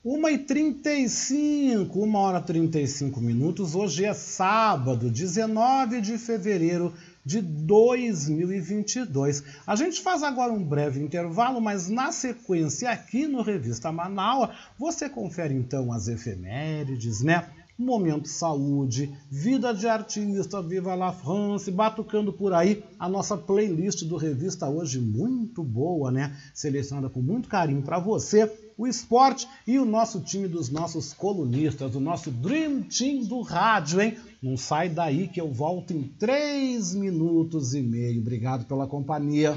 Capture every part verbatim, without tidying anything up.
uma e trinta e cinco, uma hora e trinta e cinco minutos. Hoje é sábado, dezenove de fevereiro de dois mil e vinte e dois. A gente faz agora um breve intervalo, mas na sequência aqui no Revista Manaua, você confere então as efemérides, né? Momento Saúde, Vida de Artista, Viva la France, batucando por aí a nossa playlist do Revista hoje, muito boa, né? Selecionada com muito carinho para você, o esporte e o nosso time dos nossos colunistas, o nosso Dream Team do rádio, hein? Não sai daí que eu volto em três minutos e meio. Obrigado pela companhia.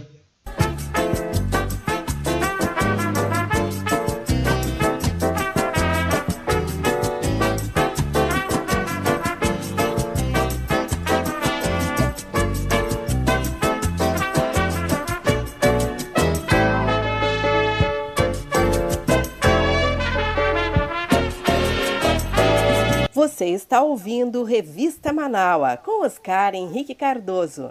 Você está ouvindo Revista Manaua, com Oscar Henrique Cardoso.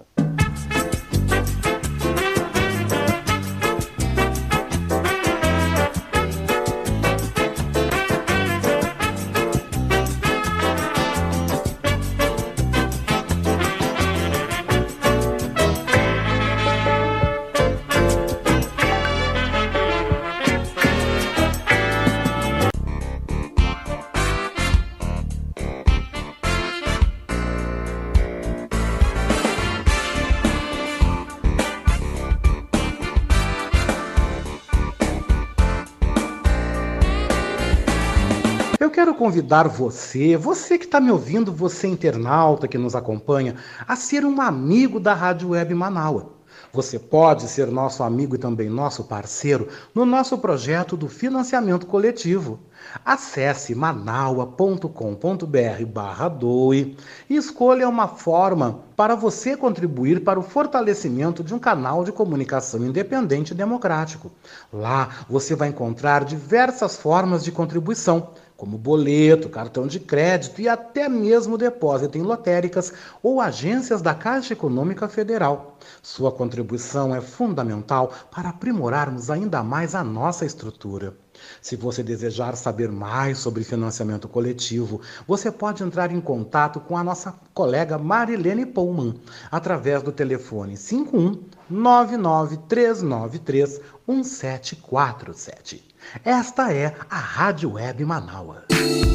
Eu quero convidar você, você que está me ouvindo, você internauta que nos acompanha, a ser um amigo da Rádio Web Manaua. Você pode ser nosso amigo e também nosso parceiro no nosso projeto do financiamento coletivo. Acesse manaua ponto com ponto br barra doe e escolha uma forma para você contribuir para o fortalecimento de um canal de comunicação independente e democrático. Lá você vai encontrar diversas formas de contribuição, como boleto, cartão de crédito e até mesmo depósito em lotéricas ou agências da Caixa Econômica Federal. Sua contribuição é fundamental para aprimorarmos ainda mais a nossa estrutura. Se você desejar saber mais sobre financiamento coletivo, você pode entrar em contato com a nossa colega Marilene Pullman, através do telefone cinco um nove nove três nove três um sete quatro sete. Esta é a Rádio Web Manaua.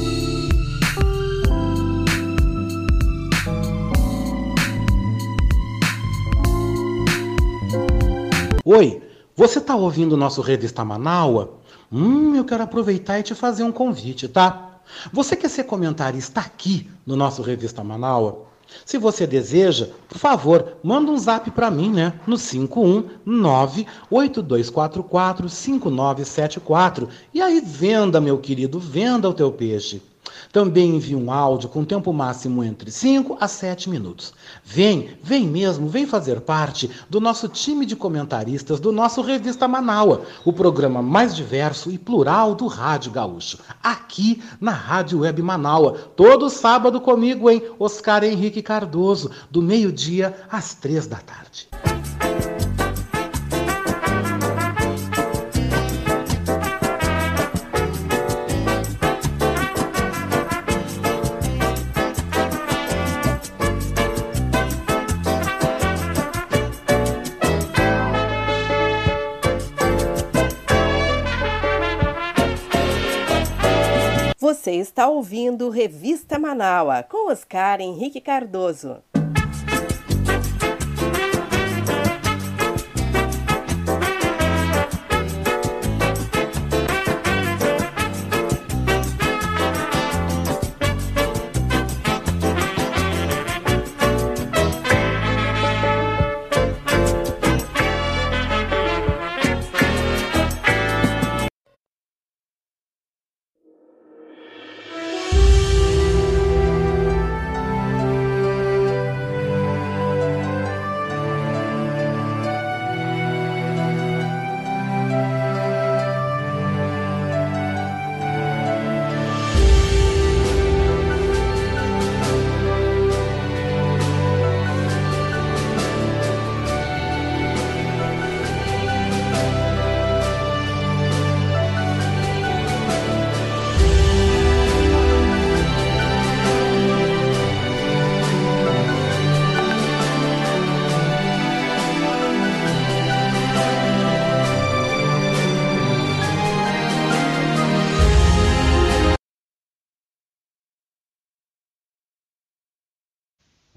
Oi, você está ouvindo o nosso Revista Manaua? Hum, eu quero aproveitar e te fazer um convite, tá? Você quer ser comentarista aqui no nosso Revista Manaua? Se você deseja, por favor, manda um zap para mim, né? No cinco um nove oito dois quatro quatro cinco nove sete quatro. E aí venda, meu querido, venda o teu peixe. Também envie um áudio com tempo máximo entre cinco a sete minutos. Vem, vem mesmo, vem fazer parte do nosso time de comentaristas do nosso Revista Manaua, o programa mais diverso e plural do Rádio Gaúcho, aqui na Rádio Web Manaua, todo sábado comigo, hein, Oscar Henrique Cardoso, do meio-dia às três da tarde. Você está ouvindo Revista Manaua, com Oscar Henrique Cardoso.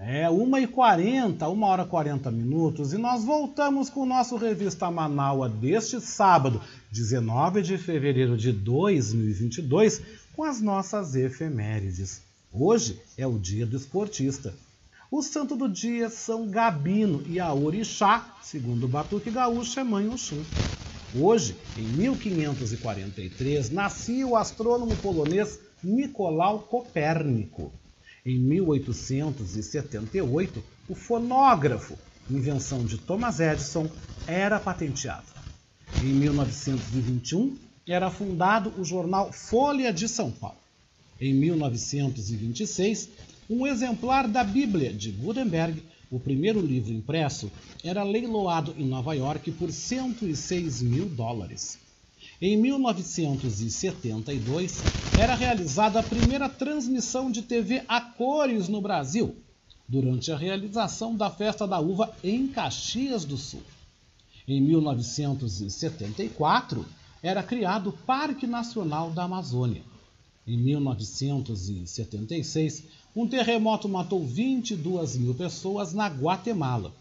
É uma e quarenta, uma hora e quarenta minutos, e nós voltamos com o nosso Revista Manaua deste sábado, dezenove de fevereiro de dois mil e vinte e dois, com as nossas efemérides. Hoje é o dia do esportista. O santo do dia é São Gabino e a orixá, segundo o Batuque Gaúcho, é Mãe Oxum. Hoje, em mil quinhentos e quarenta e três, nascia o astrônomo polonês Nicolau Copérnico. Em mil oitocentos e setenta e oito, o fonógrafo, invenção de Thomas Edison, era patenteado. Em mil novecentos e vinte e um, era fundado o jornal Folha de São Paulo. Em mil novecentos e vinte e seis, um exemplar da Bíblia de Gutenberg, o primeiro livro impresso, era leiloado em Nova York por cento e seis mil dólares. Em mil novecentos e setenta e dois, era realizada a primeira transmissão de T V a cores no Brasil, durante a realização da Festa da Uva em Caxias do Sul. Em mil novecentos e setenta e quatro, era criado o Parque Nacional da Amazônia. Em mil novecentos e setenta e seis, um terremoto matou vinte e duas mil pessoas na Guatemala.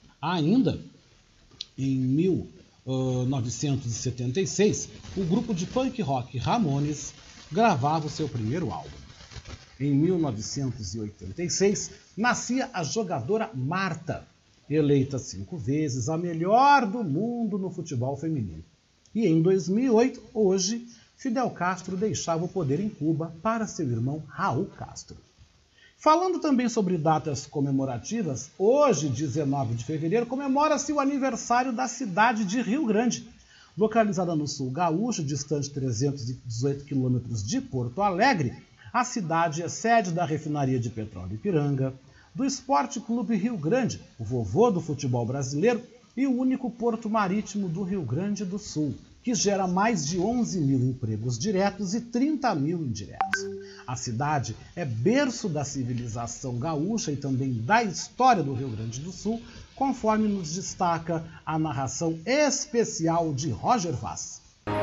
Ainda, em mil novecentos e setenta e seis, o grupo de punk rock Ramones gravava o seu primeiro álbum. Em mil novecentos e oitenta e seis, nascia a jogadora Marta, eleita cinco vezes a melhor do mundo no futebol feminino. E em dois mil e oito, hoje, Fidel Castro deixava o poder em Cuba para seu irmão Raul Castro. Falando também sobre datas comemorativas, hoje, dezenove de fevereiro, comemora-se o aniversário da cidade de Rio Grande. Localizada no sul gaúcho, distante trezentos e dezoito quilômetros de Porto Alegre, a cidade é sede da refinaria de petróleo Ipiranga, do Esporte Clube Rio Grande, o vovô do futebol brasileiro, e o único porto marítimo do Rio Grande do Sul, que gera mais de onze mil empregos diretos e trinta mil indiretos. A cidade é berço da civilização gaúcha e também da história do Rio Grande do Sul, conforme nos destaca a narração especial de Roger Vaz.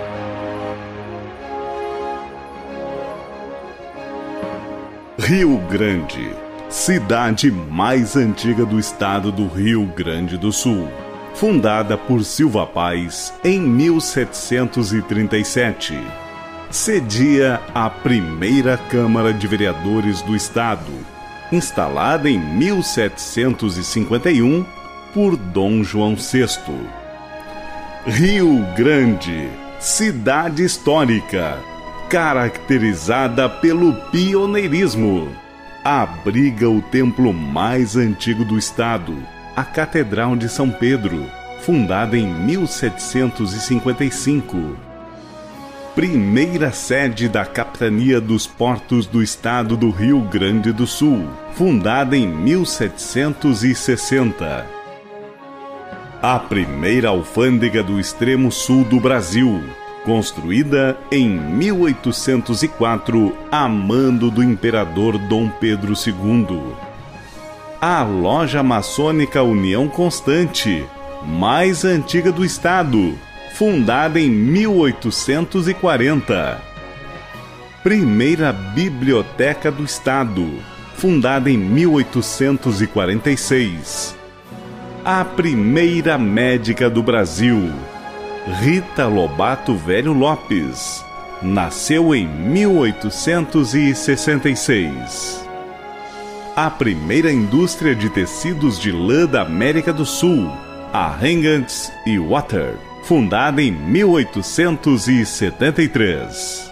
Rio Grande, cidade mais antiga do estado do Rio Grande do Sul. Fundada por Silva Paz em mil setecentos e trinta e sete. Cedia a primeira Câmara de Vereadores do Estado, instalada em mil setecentos e cinquenta e um por Dom João sexto. Rio Grande, cidade histórica, caracterizada pelo pioneirismo, abriga o templo mais antigo do estado, a Catedral de São Pedro, fundada em mil setecentos e cinquenta e cinco. Primeira sede da Capitania dos Portos do Estado do Rio Grande do Sul, fundada em mil setecentos e sessenta. A primeira alfândega do extremo sul do Brasil, construída em mil oitocentos e quatro, a mando do imperador Dom Pedro segundo. A loja maçônica União Constante, mais antiga do estado, fundada em mil oitocentos e quarenta. Primeira biblioteca do estado, fundada em mil oitocentos e quarenta e seis. A primeira médica do Brasil, Rita Lobato Velho Lopes, nasceu em mil oitocentos e sessenta e seis. A primeira indústria de tecidos de lã da América do Sul, a Hengens e Water, fundada em mil oitocentos e setenta e três.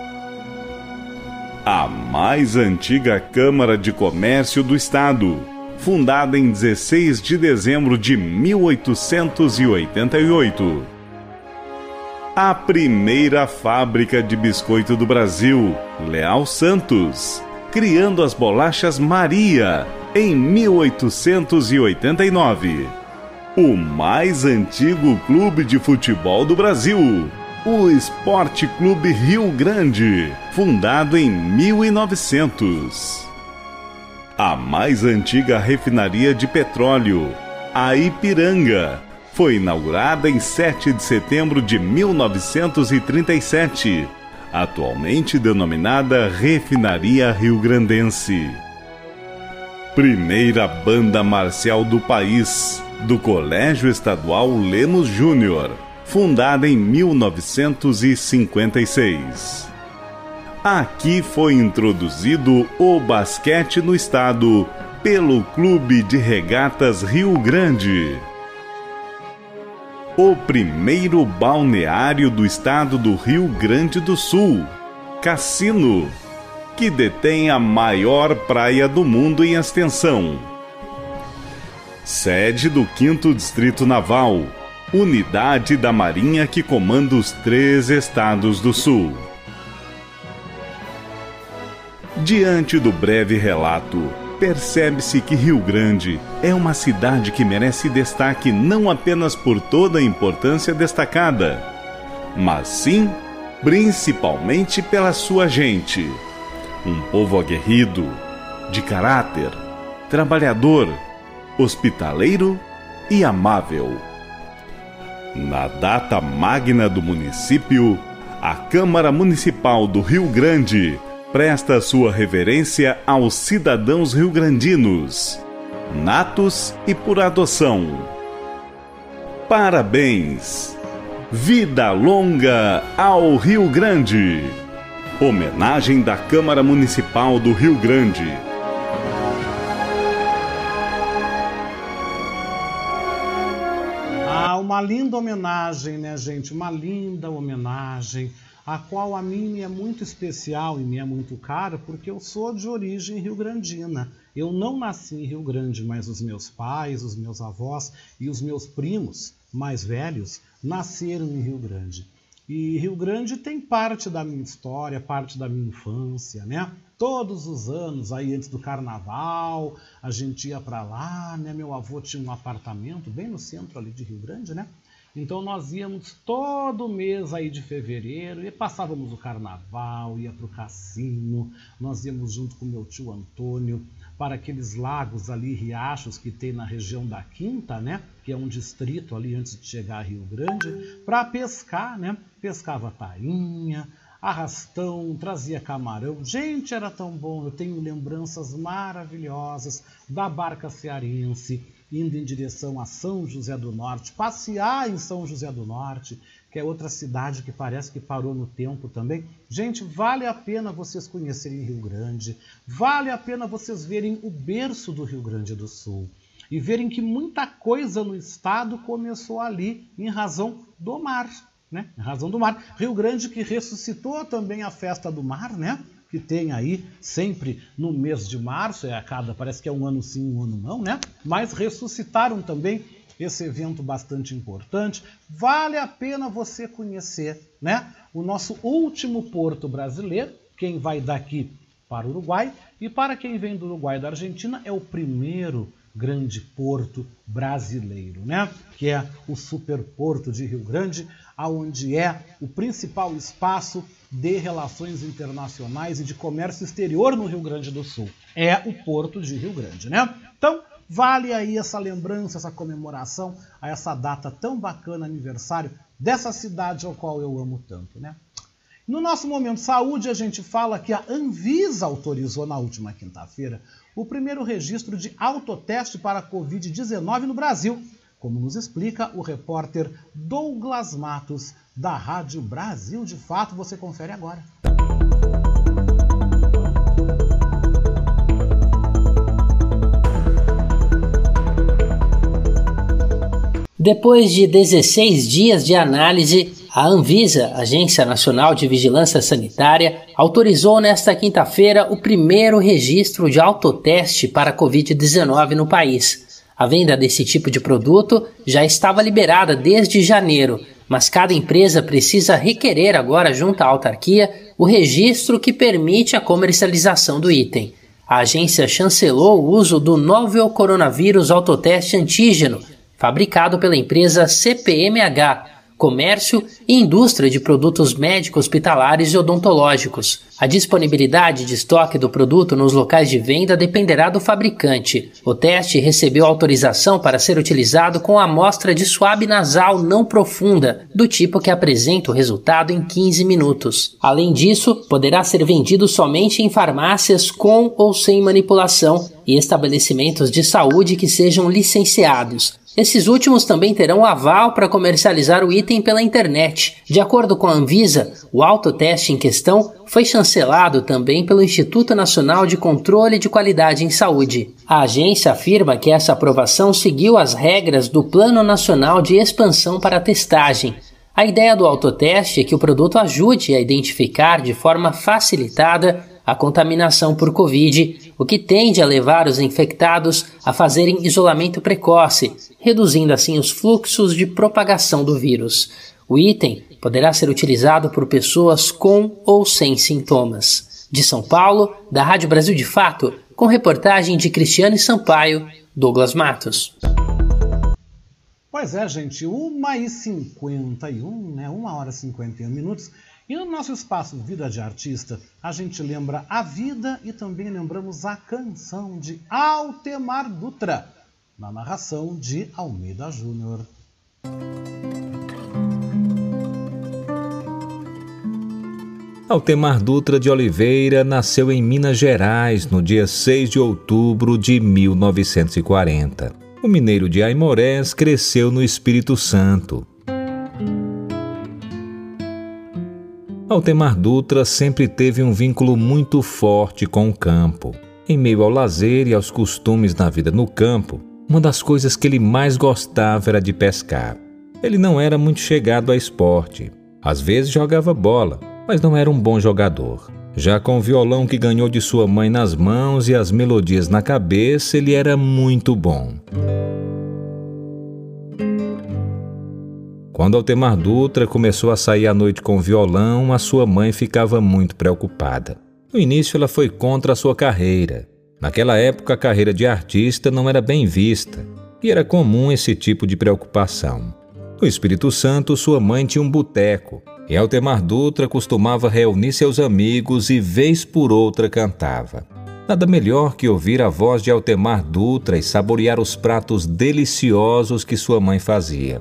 A mais antiga Câmara de Comércio do Estado, fundada em dezesseis de dezembro de mil oitocentos e oitenta e oito. A primeira fábrica de biscoito do Brasil, Leal Santos, criando as bolachas Maria, em mil oitocentos e oitenta e nove. O mais antigo clube de futebol do Brasil, o Esporte Clube Rio Grande, fundado em mil e novecentos. A mais antiga refinaria de petróleo, a Ipiranga, foi inaugurada em sete de setembro de mil novecentos e trinta e sete, atualmente denominada Refinaria Rio Grandense. primeira banda marcial do país, do Colégio Estadual Lemos Júnior, fundada em mil novecentos e cinquenta e seis. Aqui foi introduzido o basquete no estado pelo Clube de Regatas Rio Grande. O primeiro balneário do estado do Rio Grande do Sul, Cassino, que detém a maior praia do mundo em extensão. Sede do quinto Distrito Naval, unidade da Marinha que comanda os três estados do Sul. Diante do breve relato, percebe-se que Rio Grande é uma cidade que merece destaque não apenas por toda a importância destacada, mas sim, principalmente pela sua gente. Um povo aguerrido, de caráter, trabalhador, hospitaleiro e amável. Na data magna do município, a Câmara Municipal do Rio Grande presta sua reverência aos cidadãos riograndinos, natos e por adoção. Parabéns! Vida longa ao Rio Grande! Homenagem da Câmara Municipal do Rio Grande. Ah, uma linda homenagem, né, gente? Uma linda homenagem, a qual a mim me é muito especial e me é muito cara, porque eu sou de origem rio-grandina. Eu não nasci em Rio Grande, mas os meus pais, os meus avós e os meus primos mais velhos nasceram em Rio Grande. E Rio Grande tem parte da minha história, parte da minha infância, né? Todos os anos, aí antes do carnaval, a gente ia para lá, né? Meu avô tinha um apartamento bem no centro ali de Rio Grande, né? Então nós íamos todo mês aí de fevereiro e passávamos o carnaval, ia para o cassino, nós íamos junto com meu tio Antônio para aqueles lagos ali, riachos que tem na região da Quinta, né? Que é um distrito ali antes de chegar a Rio Grande, para pescar, né? Pescava tainha, arrastão, trazia camarão. Gente, era tão bom, eu tenho lembranças maravilhosas da barca cearense, indo em direção a São José do Norte, passear em São José do Norte, que é outra cidade que parece que parou no tempo também. Gente, vale a pena vocês conhecerem Rio Grande, vale a pena vocês verem o berço do Rio Grande do Sul e verem que muita coisa no estado começou ali em razão do mar, né? Em razão do mar. Rio Grande que ressuscitou também a festa do mar, né? Que tem aí sempre no mês de março, é a cada, parece que é um ano sim, um ano não, né? Mas ressuscitaram também esse evento bastante importante. Vale a pena você conhecer, né? O nosso último porto brasileiro, quem vai daqui para o Uruguai, e para quem vem do Uruguai e da Argentina, é o primeiro grande porto brasileiro, né? Que é o Superporto de Rio Grande, aonde é o principal espaço de relações internacionais e de comércio exterior no Rio Grande do Sul. É o Porto de Rio Grande, né? Então, vale aí essa lembrança, essa comemoração a essa data tão bacana, aniversário dessa cidade ao qual eu amo tanto, né? No nosso Momento Saúde, a gente fala que a Anvisa autorizou na última quinta-feira o primeiro registro de autoteste para a covid dezenove no Brasil, como nos explica o repórter Douglas Matos, da Rádio Brasil de Fato. Você confere agora. Depois de dezesseis dias de análise, a Anvisa, Agência Nacional de Vigilância Sanitária, autorizou nesta quinta-feira o primeiro registro de autoteste para a covid dezenove no país. A venda desse tipo de produto já estava liberada desde janeiro, mas cada empresa precisa requerer agora junto à autarquia o registro que permite a comercialização do item. A agência chancelou o uso do novel coronavírus autoteste antígeno, fabricado pela empresa C P M H, comércio e indústria de produtos médico-hospitalares e odontológicos. A disponibilidade de estoque do produto nos locais de venda dependerá do fabricante. O teste recebeu autorização para ser utilizado com amostra de suave nasal não profunda, do tipo que apresenta o resultado em quinze minutos. Além disso, poderá ser vendido somente em farmácias com ou sem manipulação e estabelecimentos de saúde que sejam licenciados. Esses últimos também terão aval para comercializar o item pela internet. De acordo com a Anvisa, o autoteste em questão foi chancelado também pelo Instituto Nacional de Controle de Qualidade em Saúde. A agência afirma que essa aprovação seguiu as regras do Plano Nacional de Expansão para a Testagem. A ideia do autoteste é que o produto ajude a identificar de forma facilitada a contaminação por Covid, o que tende a levar os infectados a fazerem isolamento precoce, reduzindo assim os fluxos de propagação do vírus. O item poderá ser utilizado por pessoas com ou sem sintomas. De São Paulo, da Rádio Brasil de Fato, com reportagem de Cristiane Sampaio, Douglas Matos. Pois é, gente, uma e cinquenta e um, né? uma hora e cinquenta e um minutos. E no nosso espaço Vida de Artista, a gente lembra a vida e também lembramos a canção de Altemar Dutra, na narração de Almeida Júnior. Altemar Dutra de Oliveira nasceu em Minas Gerais no dia seis de outubro de mil novecentos e quarenta. O mineiro de Aimorés cresceu no Espírito Santo. Altemar Dutra sempre teve um vínculo muito forte com o campo. Em meio ao lazer e aos costumes da vida no campo, uma das coisas que ele mais gostava era de pescar. Ele não era muito chegado a esporte. Às vezes jogava bola, mas não era um bom jogador. Já com o violão que ganhou de sua mãe nas mãos e as melodias na cabeça, ele era muito bom. Quando Altemar Dutra começou a sair à noite com o violão, a sua mãe ficava muito preocupada. No início ela foi contra a sua carreira. Naquela época a carreira de artista não era bem vista e era comum esse tipo de preocupação. No Espírito Santo, sua mãe tinha um boteco e Altemar Dutra costumava reunir seus amigos e vez por outra cantava. Nada melhor que ouvir a voz de Altemar Dutra e saborear os pratos deliciosos que sua mãe fazia.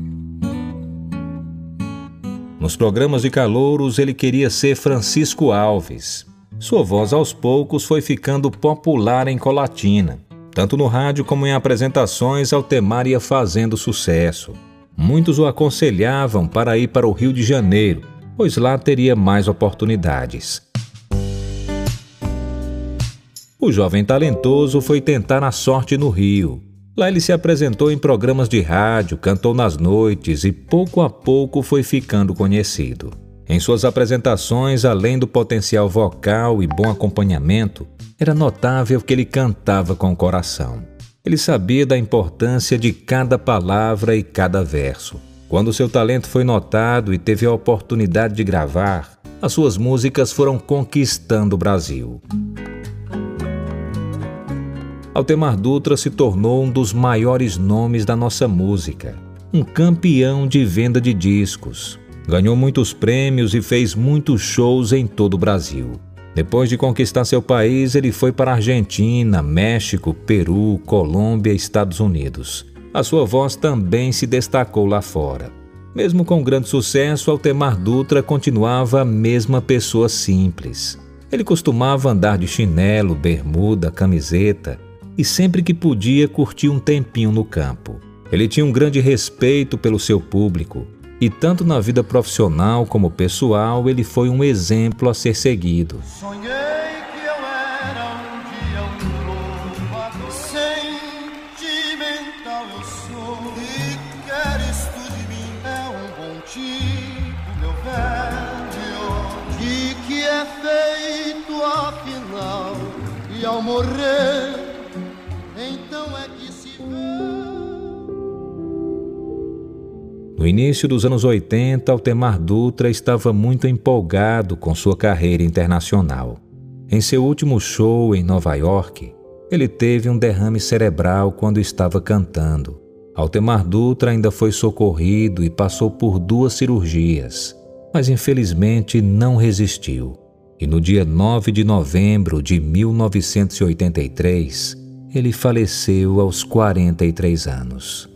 Nos programas de calouros, ele queria ser Francisco Alves. Sua voz, aos poucos, foi ficando popular em Colatina. Tanto no rádio como em apresentações, Altemar ia fazendo sucesso. Muitos o aconselhavam para ir para o Rio de Janeiro, pois lá teria mais oportunidades. O jovem talentoso foi tentar a sorte no Rio. Lá ele se apresentou em programas de rádio, cantou nas noites e pouco a pouco foi ficando conhecido. Em suas apresentações, além do potencial vocal e bom acompanhamento, era notável que ele cantava com o coração. Ele sabia da importância de cada palavra e cada verso. Quando seu talento foi notado e teve a oportunidade de gravar, as suas músicas foram conquistando o Brasil. Altemar Dutra se tornou um dos maiores nomes da nossa música, um campeão de venda de discos. Ganhou muitos prêmios e fez muitos shows em todo o Brasil. Depois de conquistar seu país, ele foi para a Argentina, México, Peru, Colômbia e Estados Unidos. A sua voz também se destacou lá fora. Mesmo com grande sucesso, Altemar Dutra continuava a mesma pessoa simples. Ele costumava andar de chinelo, bermuda, camiseta, e sempre que podia curtia um tempinho no campo. Ele tinha um grande respeito pelo seu público e tanto na vida profissional como pessoal ele foi um exemplo a ser seguido. Sonhei que eu era um dia um trovador, sentimental eu sou, e queres tu de mim, é um bom tipo, meu velho, de que é feito afinal, e ao morrer então é que se vê. No início dos anos oitenta, Altemar Dutra estava muito empolgado com sua carreira internacional. Em seu último show em Nova York, ele teve um derrame cerebral quando estava cantando. Altemar Dutra ainda foi socorrido e passou por duas cirurgias, mas infelizmente não resistiu. E no dia nove de novembro de mil novecentos e oitenta e três, ele faleceu aos quarenta e três anos.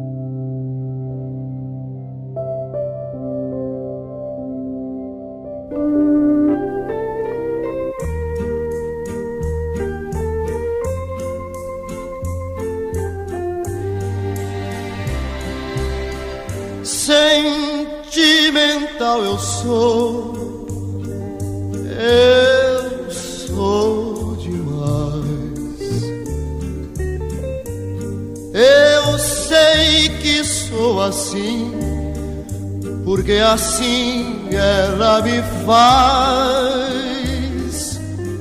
Sentimental eu sou, eu sou demais. Eu sei que sou assim, porque assim ela me faz.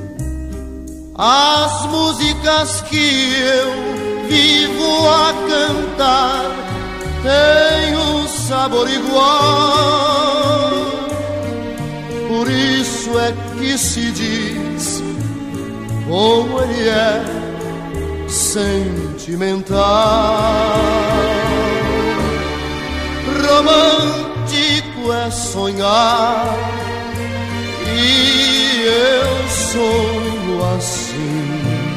As músicas que eu vivo a cantar têm um sabor igual. Por isso é que se diz como ele é sentimental. Romântico é sonhar, e eu sou assim,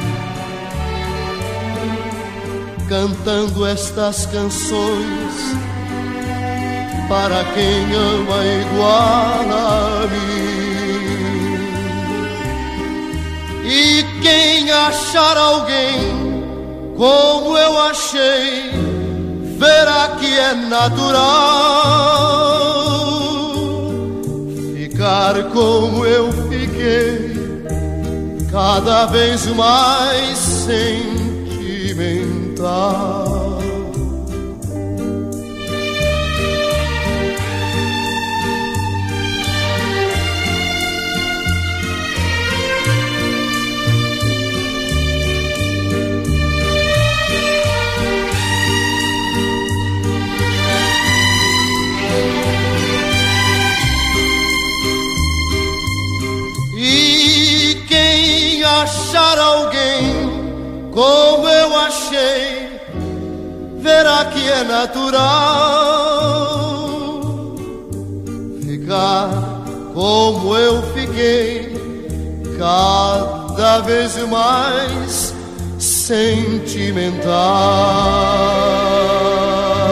cantando estas canções para quem ama igual a mim. E quem achar alguém como eu achei, verá que é natural ficar como eu fiquei, cada vez mais sentimental. Achar alguém como eu achei, verá que é natural ficar como eu fiquei, cada vez mais sentimental.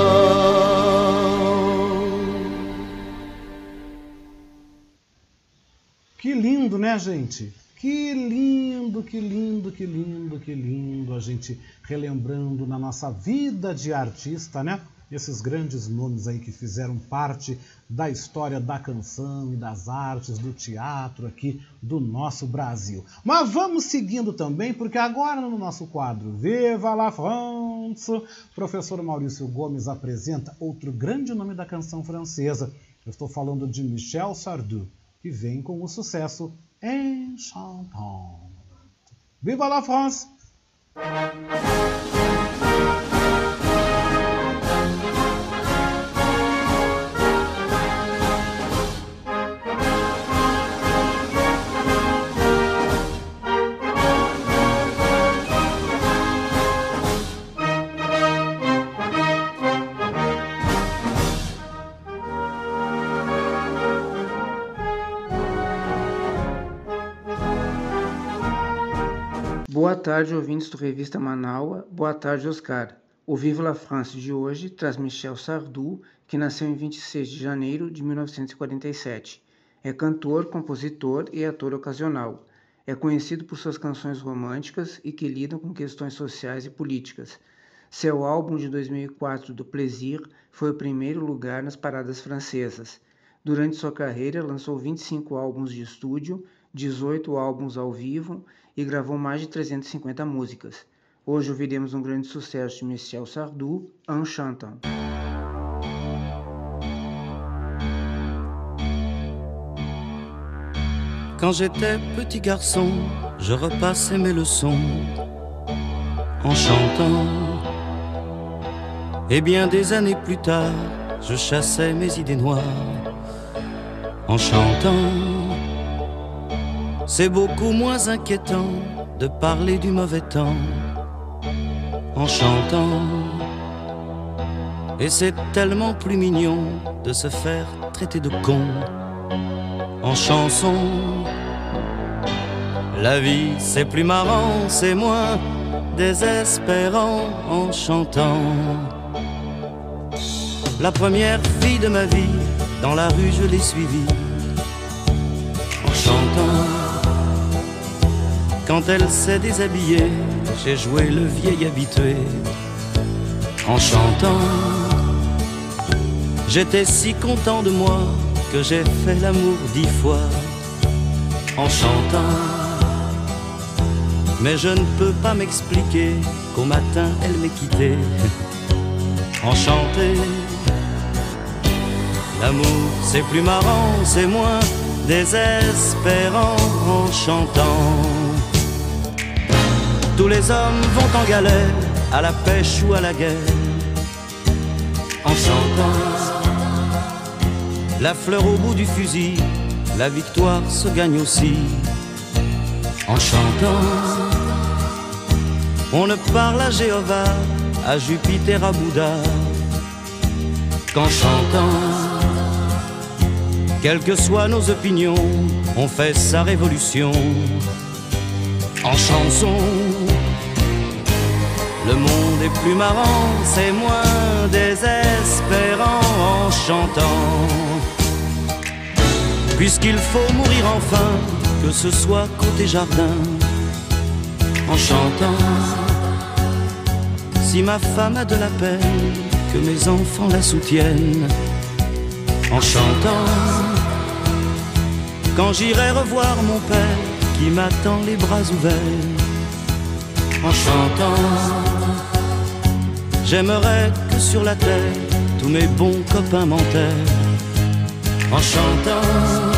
Que lindo, né, gente? Que lindo, que lindo, que lindo, que lindo a gente relembrando na nossa vida de artista, né? Esses grandes nomes aí que fizeram parte da história da canção e das artes, do teatro aqui do nosso Brasil. Mas vamos seguindo também, porque agora no nosso quadro Viva la France, o professor Maurício Gomes apresenta outro grande nome da canção francesa. Eu estou falando de Michel Sardou, que vem com o sucesso En chantant. Viva la France! Boa tarde, ouvintes do Revista Manaua. Boa tarde, Oscar. O Viva la France de hoje traz Michel Sardou, que nasceu em vinte e seis de janeiro de mil novecentos e quarenta e sete. É cantor, compositor e ator ocasional. É conhecido por suas canções românticas e que lidam com questões sociais e políticas. Seu álbum de dois mil e quatro, do Plaisir, foi o primeiro lugar nas paradas francesas. Durante sua carreira, lançou vinte e cinco álbuns de estúdio, dezoito álbuns ao vivo e gravou mais de trezentas e cinquenta músicas. Hoje ouviremos um grande sucesso de Michel Sardou, En chantant. Quand j'étais petit garçon, je repassais mes leçons en chantant. Et bien des années plus tard, je chassais mes idées noires en chantant. C'est beaucoup moins inquiétant de parler du mauvais temps en chantant. Et c'est tellement plus mignon de se faire traiter de con en chanson. La vie c'est plus marrant, c'est moins désespérant en chantant. La première fille de ma vie, dans la rue je l'ai suivie en chantant. Quand elle s'est déshabillée, j'ai joué le vieil habitué en chantant. J'étais si content de moi que j'ai fait l'amour dix fois en chantant. Mais je ne peux pas m'expliquer qu'au matin elle m'ait quitté enchanté. L'amour c'est plus marrant, c'est moins désespérant en chantant. Tous les hommes vont en galère, à la pêche ou à la guerre en chantant. La fleur au bout du fusil, la victoire se gagne aussi en chantant. On ne parle à Jéhovah, à Jupiter, à Bouddha qu'en chantant. Quelles que soient nos opinions, on fait sa révolution en chanson. Le monde est plus marrant, c'est moins désespérant en chantant. Puisqu'il faut mourir enfin, que ce soit côté jardin en chantant. Si ma femme a de la peine, que mes enfants la soutiennent en chantant. Quand j'irai revoir mon père qui m'attend les bras ouverts en chantant. J'aimerais que sur la terre tous mes bons copains m'enterrent en chantant.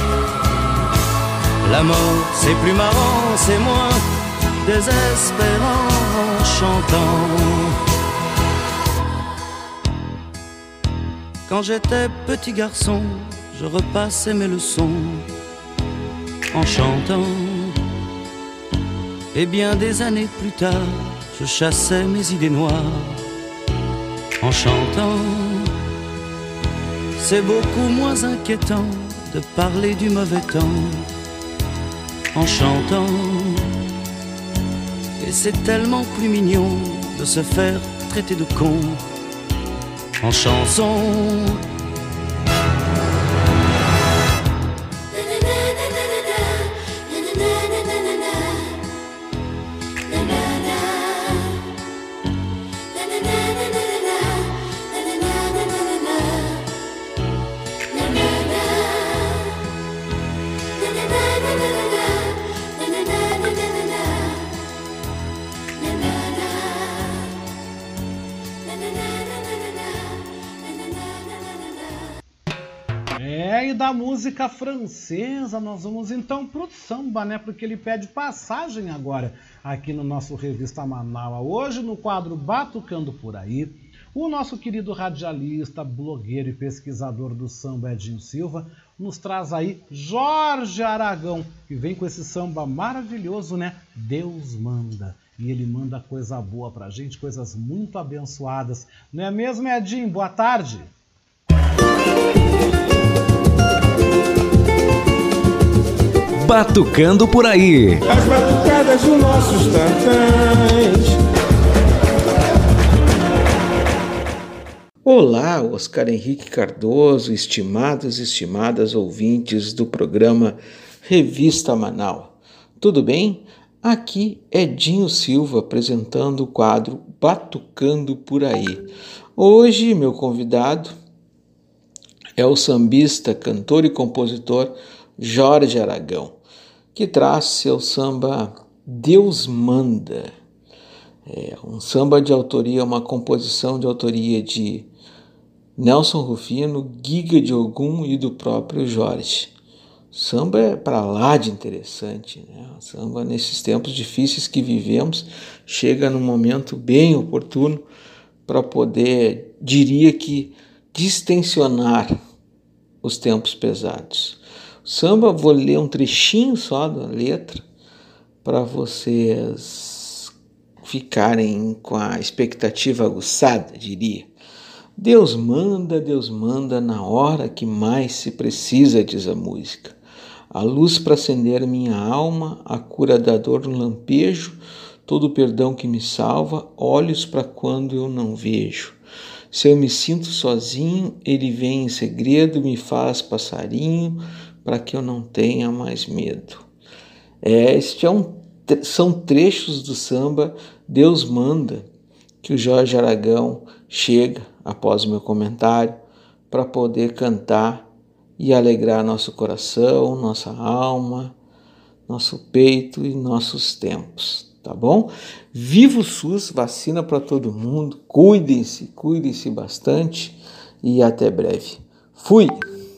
La mort c'est plus marrant, c'est moins désespérant en chantant. Quand j'étais petit garçon, je repassais mes leçons en chantant. Et bien des années plus tard, je chassais mes idées noires en chantant. C'est beaucoup moins inquiétant de parler du mauvais temps en chantant. Et c'est tellement plus mignon de se faire traiter de con en chanson. É, e da música francesa nós vamos então pro samba, né? Porque ele pede passagem agora aqui no nosso Revista Manaua. Hoje no quadro Batucando Por Aí, o nosso querido radialista, blogueiro e pesquisador do samba Edinho Silva nos traz aí Jorge Aragão, que vem com esse samba maravilhoso, né? Deus manda. E ele manda coisa boa pra gente, coisas muito abençoadas. Não é mesmo, Edinho? Boa tarde. Batucando por aí. As batucadas dos nossos tantãs. Olá, Oscar Henrique Cardoso, estimados e estimadas ouvintes do programa Revista Manaua. Tudo bem? Aqui é Edinho Silva apresentando o quadro Batucando por Aí. Hoje, meu convidado é o sambista, cantor e compositor Jorge Aragão, que traz seu samba Deus Manda. É um samba de autoria, uma composição de autoria de Nelson Rufino, Giga de Ogum e do próprio Jorge. O samba é para lá de interessante, né? O samba, nesses tempos difíceis que vivemos, chega num momento bem oportuno para poder, diria que, distensionar os tempos pesados. O samba, vou ler um trechinho só da letra para vocês ficarem com a expectativa aguçada, diria. Deus manda, Deus manda na hora que mais se precisa, diz a música. A luz para acender minha alma, a cura da dor no lampejo, todo o perdão que me salva, olhos para quando eu não vejo. Se eu me sinto sozinho, ele vem em segredo, me faz passarinho, para que eu não tenha mais medo. É, este é um, são trechos do samba Deus Manda, que o Jorge Aragão chega, após o meu comentário, para poder cantar e alegrar nosso coração, nossa alma, nosso peito e nossos tempos, tá bom? Viva o SUS, vacina para todo mundo, cuidem-se, cuidem-se bastante e até breve. Fui!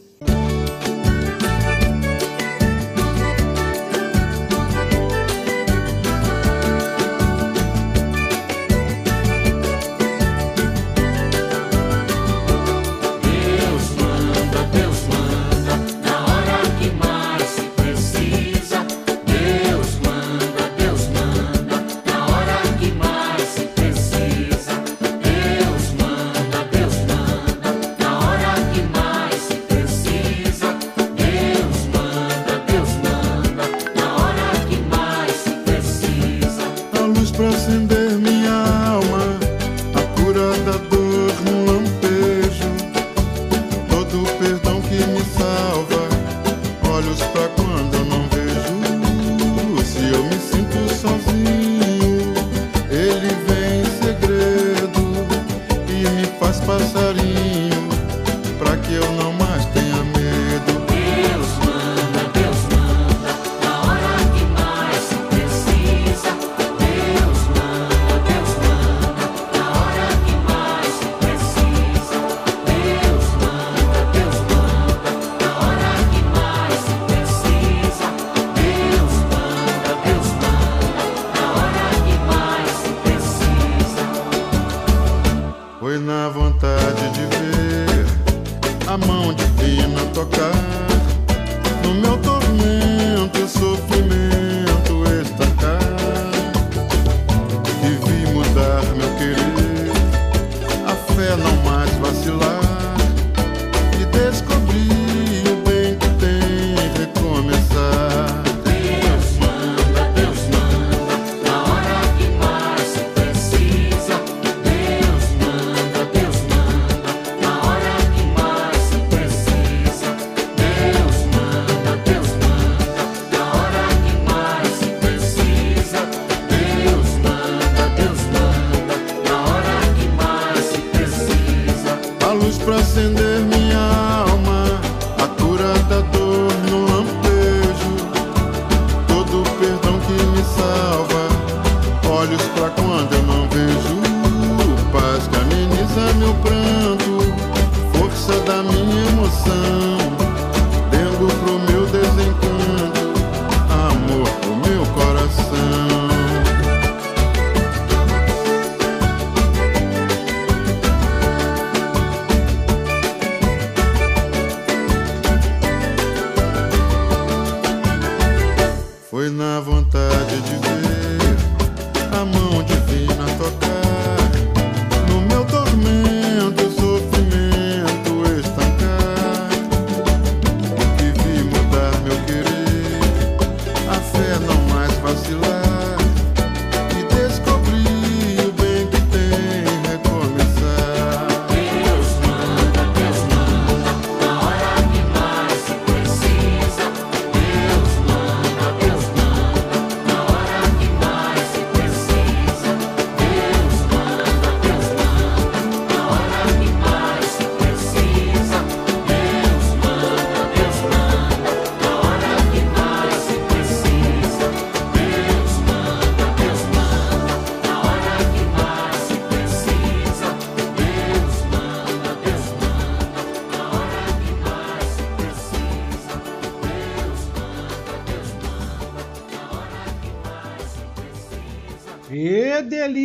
Que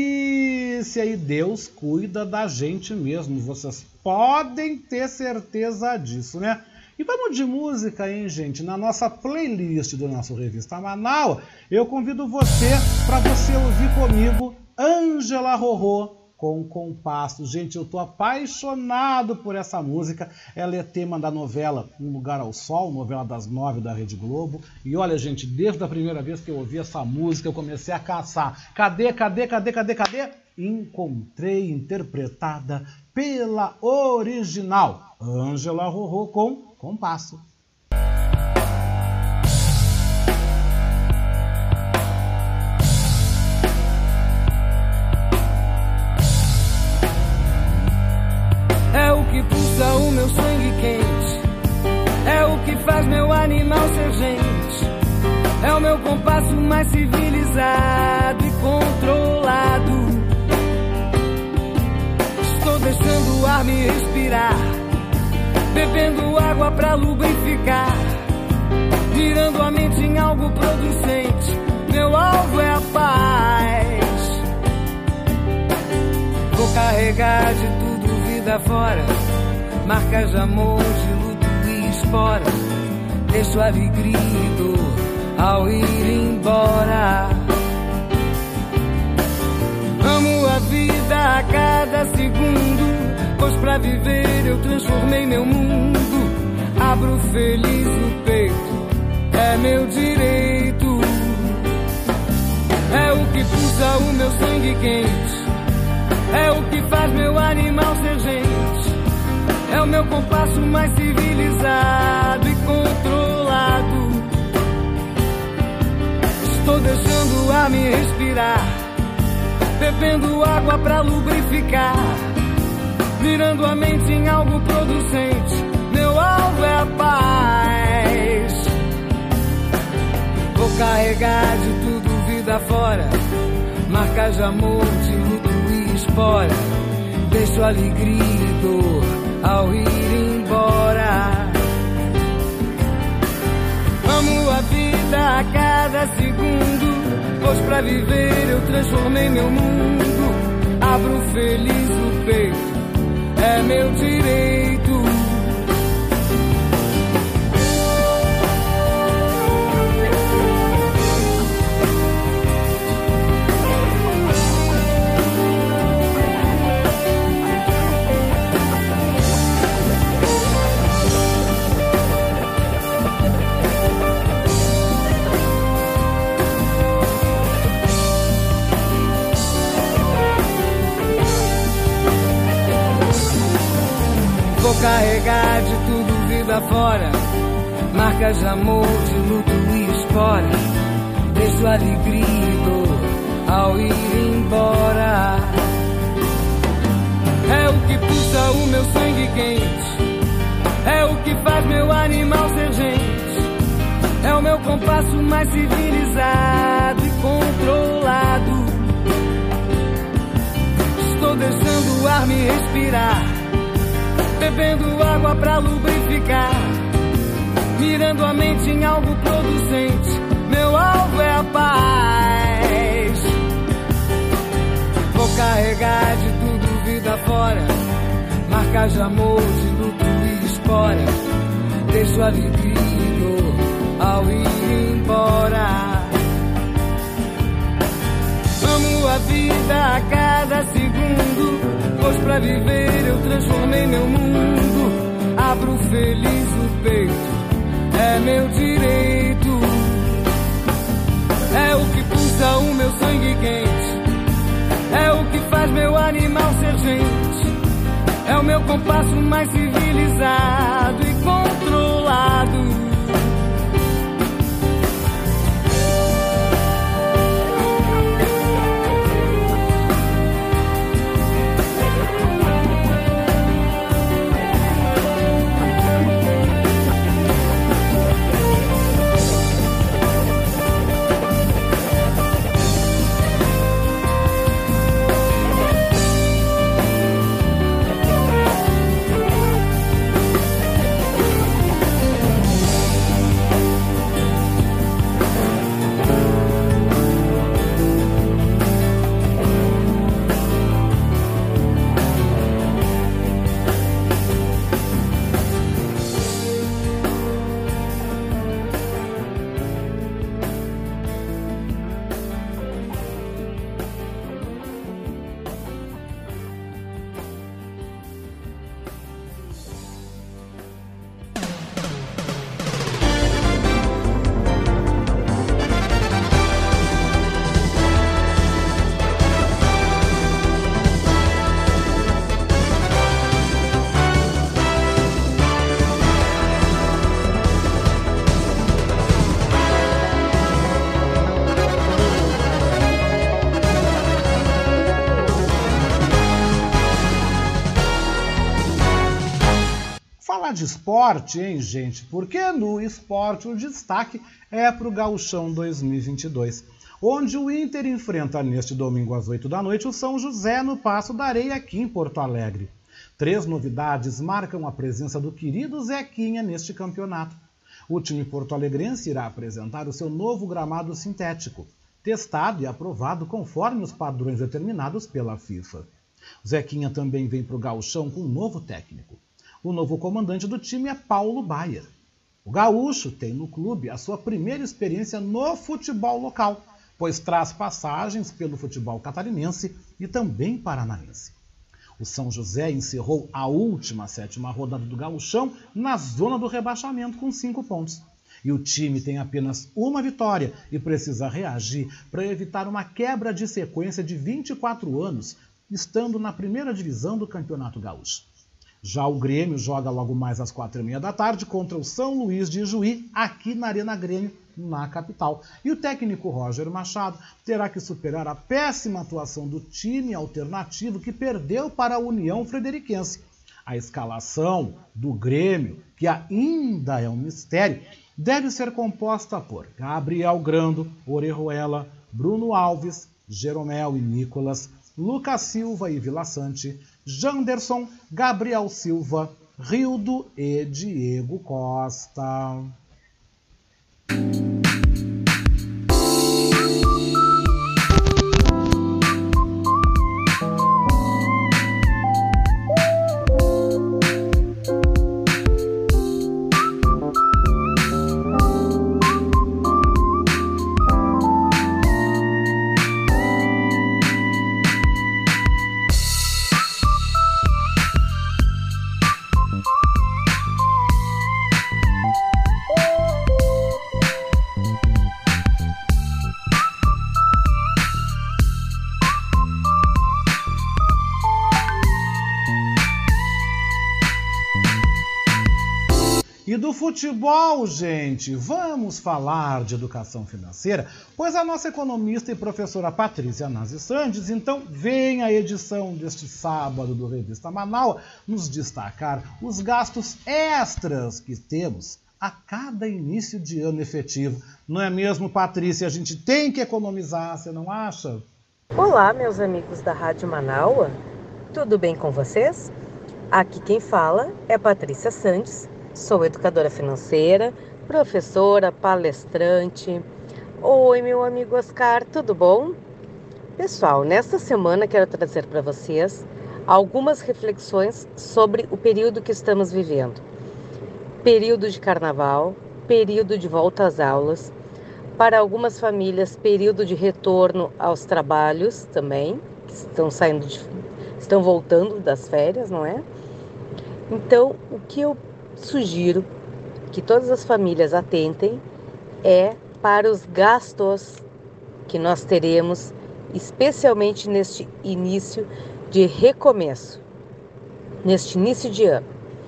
delícia! E Deus cuida da gente mesmo, vocês podem ter certeza disso, né? E vamos de música, hein, gente? Na nossa playlist do nosso Revista Manaus, eu convido você para você ouvir comigo Ângela Rorô com Compasso. Gente, eu tô apaixonado por essa música. Ela é tema da novela Um Lugar ao Sol, novela das nove da Rede Globo. E olha, gente, desde a primeira vez que eu ouvi essa música, eu comecei a caçar. Cadê, cadê, cadê, cadê, cadê? Encontrei interpretada pela original Ângela Rorô com Compasso. É o que pulsa o meu sangue quente, é o que faz meu animal ser gente, é o meu compasso mais civilizado e controlado. Estou deixando o ar me respirar, bebendo água pra lubrificar, mirando a mente em algo producente, meu alvo é a paz. Vou carregar de tudo vida fora, marcas de amor, de luto e espora. Deixo alegria e dor ao ir embora. Amo a vida a cada segundo, pois pra viver eu transformei meu mundo. Abro feliz o peito, é meu direito. É o que pulsa o meu sangue quente, é o que faz meu animal ser gente, é o meu compasso mais civilizado e controlado. Estou deixando o ar me respirar, bebendo água pra lubrificar, mirando a mente em algo producente, meu alvo é a paz. Vou carregar de tudo vida fora, marcas de amor, de luto e espora. Deixo alegria e dor ao ir embora. Amo a vida a cada segundo, pois pra viver eu transformei meu mundo. Abro feliz o peito, é meu direito. Vou carregar de tudo vida fora, marcas de amor, de luto e espora. Deixo alegria e dor ao ir embora. É o que pulsa o meu sangue quente, é o que faz meu animal ser gente, é o meu compasso mais civilizado e controlado. Estou deixando o ar me respirar, bebendo água pra lubrificar, mirando a mente em algo producente, meu alvo é a paz. Vou carregar de tudo vida fora, marcas de amor, de luto e espora. Deixo alegria e dor ao ir embora. Amo a vida a cada segundo, pois pra viver eu transformei meu mundo. Abro feliz o peito, é meu direito. É o que pulsa o meu sangue quente, é o que faz meu animal ser gente, é o meu compasso mais civilizado e controlado. de esporte, hein, gente? Porque no esporte o destaque é para o Gauchão dois mil e vinte e dois, onde o Inter enfrenta neste domingo às oito da noite o São José no Paço da Areia, aqui em Porto Alegre. Três novidades marcam a presença do querido Zequinha neste campeonato. O time porto-alegrense irá apresentar o seu novo gramado sintético, testado e aprovado conforme os padrões determinados pela FIFA. O Zequinha também vem para o Gauchão com um novo técnico. O novo comandante do time é Paulo Baier. O gaúcho tem no clube a sua primeira experiência no futebol local, pois traz passagens pelo futebol catarinense e também paranaense. O São José encerrou a última sétima rodada do Gauchão na zona do rebaixamento com cinco pontos. E o time tem apenas uma vitória e precisa reagir para evitar uma quebra de sequência de vinte e quatro anos, estando na primeira divisão do Campeonato Gaúcho. Já o Grêmio joga logo mais às quatro e meia da tarde contra o São Luís de Juí, aqui na Arena Grêmio, na capital. E o técnico Roger Machado terá que superar a péssima atuação do time alternativo que perdeu para a União Frederiquense. A escalação do Grêmio, que ainda é um mistério, deve ser composta por Gabriel Grando, Orejuela, Bruno Alves, Jeromel e Nicolas, Lucas Silva e Vila Sante, Janderson, Gabriel Silva, Rildo e Diego Costa. E do futebol, gente, vamos falar de educação financeira, pois a nossa economista e professora Patrícia Nazi Sandes, então, vem a edição deste sábado do Revista Manaua nos destacar os gastos extras que temos a cada início de ano efetivo. Não é mesmo, Patrícia? A gente tem que economizar, você não acha? Olá, meus amigos da Rádio Manaua, tudo bem com vocês? Aqui quem fala é Patrícia Sandes. Sou educadora financeira, professora, palestrante. Oi, meu amigo Oscar, tudo bom? Pessoal, nesta semana quero trazer para vocês algumas reflexões sobre o período que estamos vivendo. Período de carnaval, período de volta às aulas, para algumas famílias, período de retorno aos trabalhos também, que estão saindo de, estão voltando das férias, não é? Então, o que eu sugiro que todas as famílias atentem é para os gastos que nós teremos, especialmente neste início de recomeço, neste início de ano.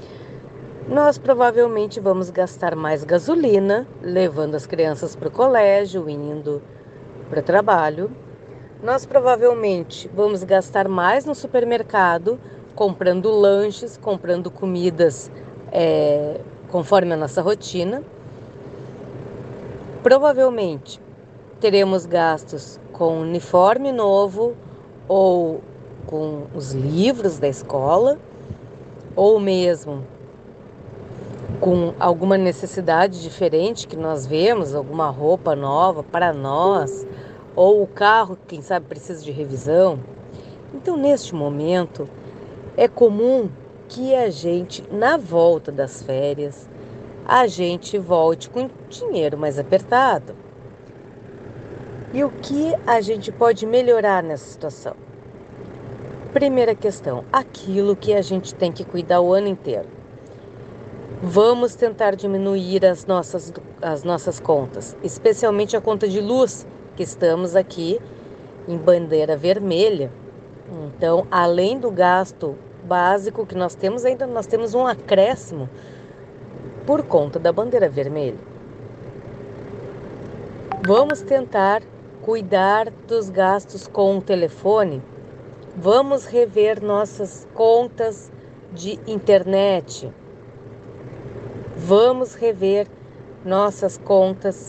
Nós provavelmente vamos gastar mais gasolina, levando as crianças para o colégio, indo para o trabalho. Nós provavelmente vamos gastar mais no supermercado, comprando lanches, comprando comidas É, conforme a nossa rotina. Provavelmente teremos gastos com uniforme novo ou com os livros da escola, ou mesmo com alguma necessidade diferente que nós vemos, alguma roupa nova para nós, ou o carro, quem sabe, precisa de revisão. Então, neste momento, é comum que a gente, na volta das férias, a gente volte com dinheiro mais apertado. E o que a gente pode melhorar nessa situação? Primeira questão, aquilo que a gente tem que cuidar o ano inteiro. Vamos tentar diminuir as nossas, as nossas contas, especialmente a conta de luz, que estamos aqui em bandeira vermelha. Então, além do gasto básico que nós temos, ainda nós temos um acréscimo por conta da bandeira vermelha. Vamos tentar cuidar dos gastos com o telefone. Vamos rever nossas contas de internet. Vamos rever nossas contas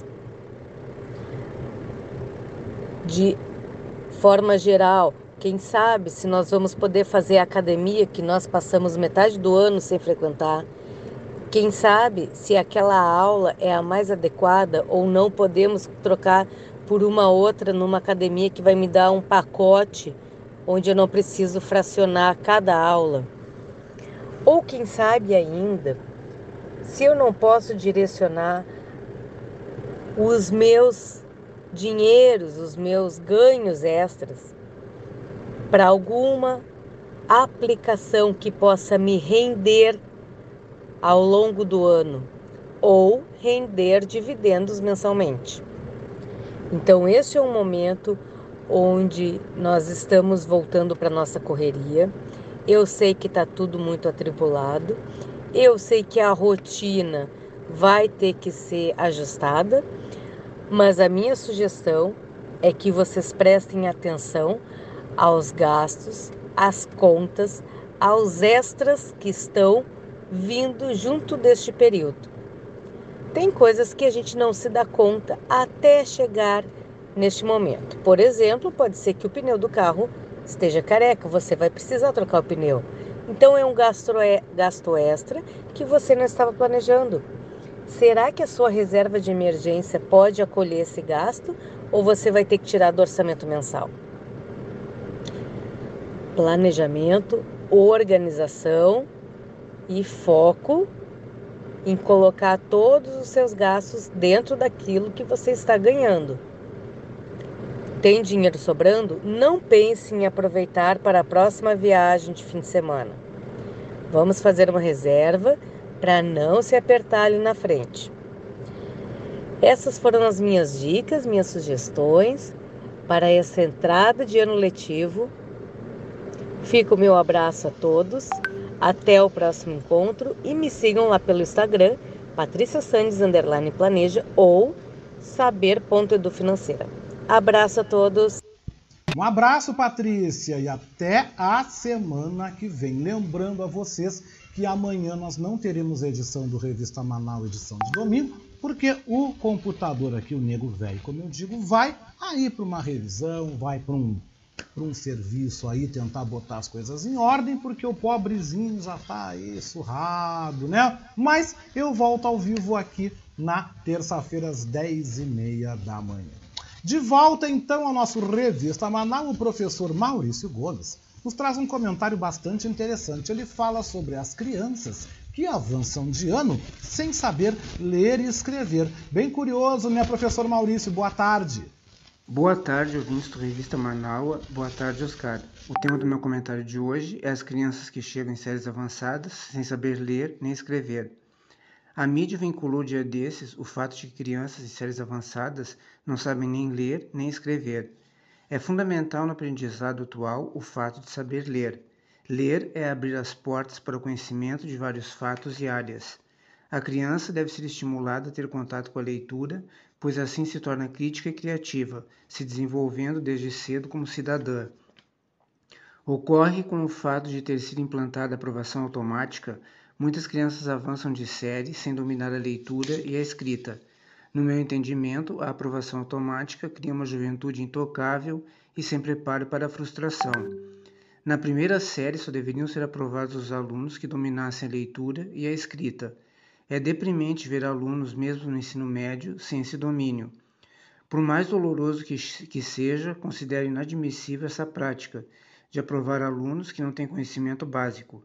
de forma geral. Quem sabe se nós vamos poder fazer a academia que nós passamos metade do ano sem frequentar. Quem sabe se aquela aula é a mais adequada ou não podemos trocar por uma outra numa academia que vai me dar um pacote onde eu não preciso fracionar cada aula. Ou quem sabe ainda, se eu não posso direcionar os meus dinheiros, os meus ganhos extras para alguma aplicação que possa me render ao longo do ano ou render dividendos mensalmente. Então esse é um momento onde nós estamos voltando para a nossa correria. Eu sei que está tudo muito atribulado, eu sei que a rotina vai ter que ser ajustada, mas a minha sugestão é que vocês prestem atenção aos gastos, às contas, aos extras que estão vindo junto deste período. Tem coisas que a gente não se dá conta até chegar neste momento. Por exemplo, pode ser que o pneu do carro esteja careca, você vai precisar trocar o pneu. Então é um gasto, gasto extra que você não estava planejando. Será que a sua reserva de emergência pode acolher esse gasto ou você vai ter que tirar do orçamento mensal? Planejamento, organização e foco em colocar todos os seus gastos dentro daquilo que você está ganhando. Tem dinheiro sobrando? Não pense em aproveitar para a próxima viagem de fim de semana. Vamos fazer uma reserva para não se apertar ali na frente. Essas foram as minhas dicas, minhas sugestões para essa entrada de ano letivo. Fica o meu abraço a todos. Até o próximo encontro e me sigam lá pelo Instagram, Patrícia Sandes underline planeja ou saber ponto edu financeira. Abraço a todos. Um abraço, Patrícia, e até a semana que vem. Lembrando a vocês que amanhã nós não teremos a edição do Revista Manaus, edição de domingo, porque o computador aqui, o nego velho, como eu digo, vai aí para uma revisão, vai para um para um serviço aí, tentar botar as coisas em ordem, porque o pobrezinho já tá aí surrado, né? Mas eu volto ao vivo aqui na terça-feira, às dez e meia da manhã. De volta, então, ao nosso Revista Manaus, o professor Maurício Gomes nos traz um comentário bastante interessante. Ele fala sobre as crianças que avançam de ano sem saber ler e escrever. Bem curioso, né, professor Maurício? Boa tarde. Boa tarde, ouvintes do Revista Manaus. Boa tarde, Oscar. O tema do meu comentário de hoje é as crianças que chegam em séries avançadas sem saber ler nem escrever. A mídia vinculou dia desses o fato de que crianças em séries avançadas não sabem nem ler nem escrever. É fundamental no aprendizado atual o fato de saber ler. Ler é abrir as portas para o conhecimento de vários fatos e áreas. A criança deve ser estimulada a ter contato com a leitura, pois assim se torna crítica e criativa, se desenvolvendo desde cedo como cidadã. Ocorre com o fato de ter sido implantada a aprovação automática, muitas crianças avançam de série sem dominar a leitura e a escrita. No meu entendimento, a aprovação automática cria uma juventude intocável e sem preparo para a frustração. Na primeira série só deveriam ser aprovados os alunos que dominassem a leitura e a escrita. É deprimente ver alunos, mesmo no ensino médio, sem esse domínio. Por mais doloroso que, que seja, considero inadmissível essa prática de aprovar alunos que não têm conhecimento básico.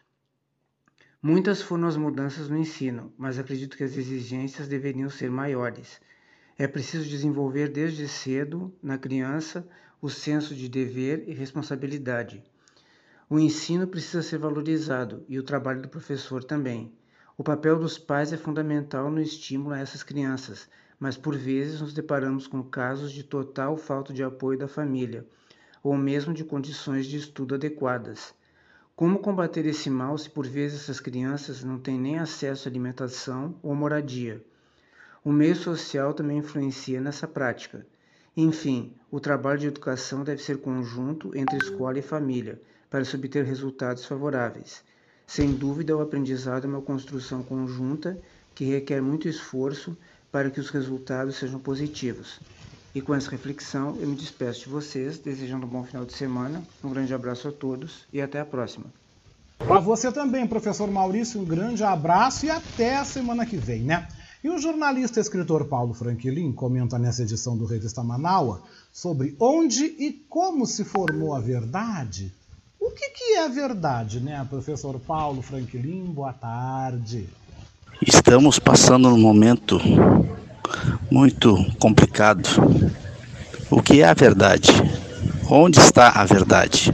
Muitas foram as mudanças no ensino, mas acredito que as exigências deveriam ser maiores. É preciso desenvolver desde cedo, na criança, o senso de dever e responsabilidade. O ensino precisa ser valorizado e o trabalho do professor também. O papel dos pais é fundamental no estímulo a essas crianças, mas por vezes nos deparamos com casos de total falta de apoio da família, ou mesmo de condições de estudo adequadas. Como combater esse mal se por vezes essas crianças não têm nem acesso à alimentação ou moradia? O meio social também influencia nessa prática. Enfim, o trabalho de educação deve ser conjunto entre escola e família, para se obter resultados favoráveis. Sem dúvida, o aprendizado é uma construção conjunta que requer muito esforço para que os resultados sejam positivos. E com essa reflexão, eu me despeço de vocês, desejando um bom final de semana, um grande abraço a todos e até a próxima. Para você também, professor Maurício, um grande abraço e até a semana que vem, né? E o jornalista e escritor Paulo Franquilin comenta nessa edição do Revista Manaua sobre onde e como se formou a verdade. O que, que é a verdade, né, professor Paulo Franquilin? Boa tarde. Estamos passando um momento muito complicado. O que é a verdade? Onde está a verdade?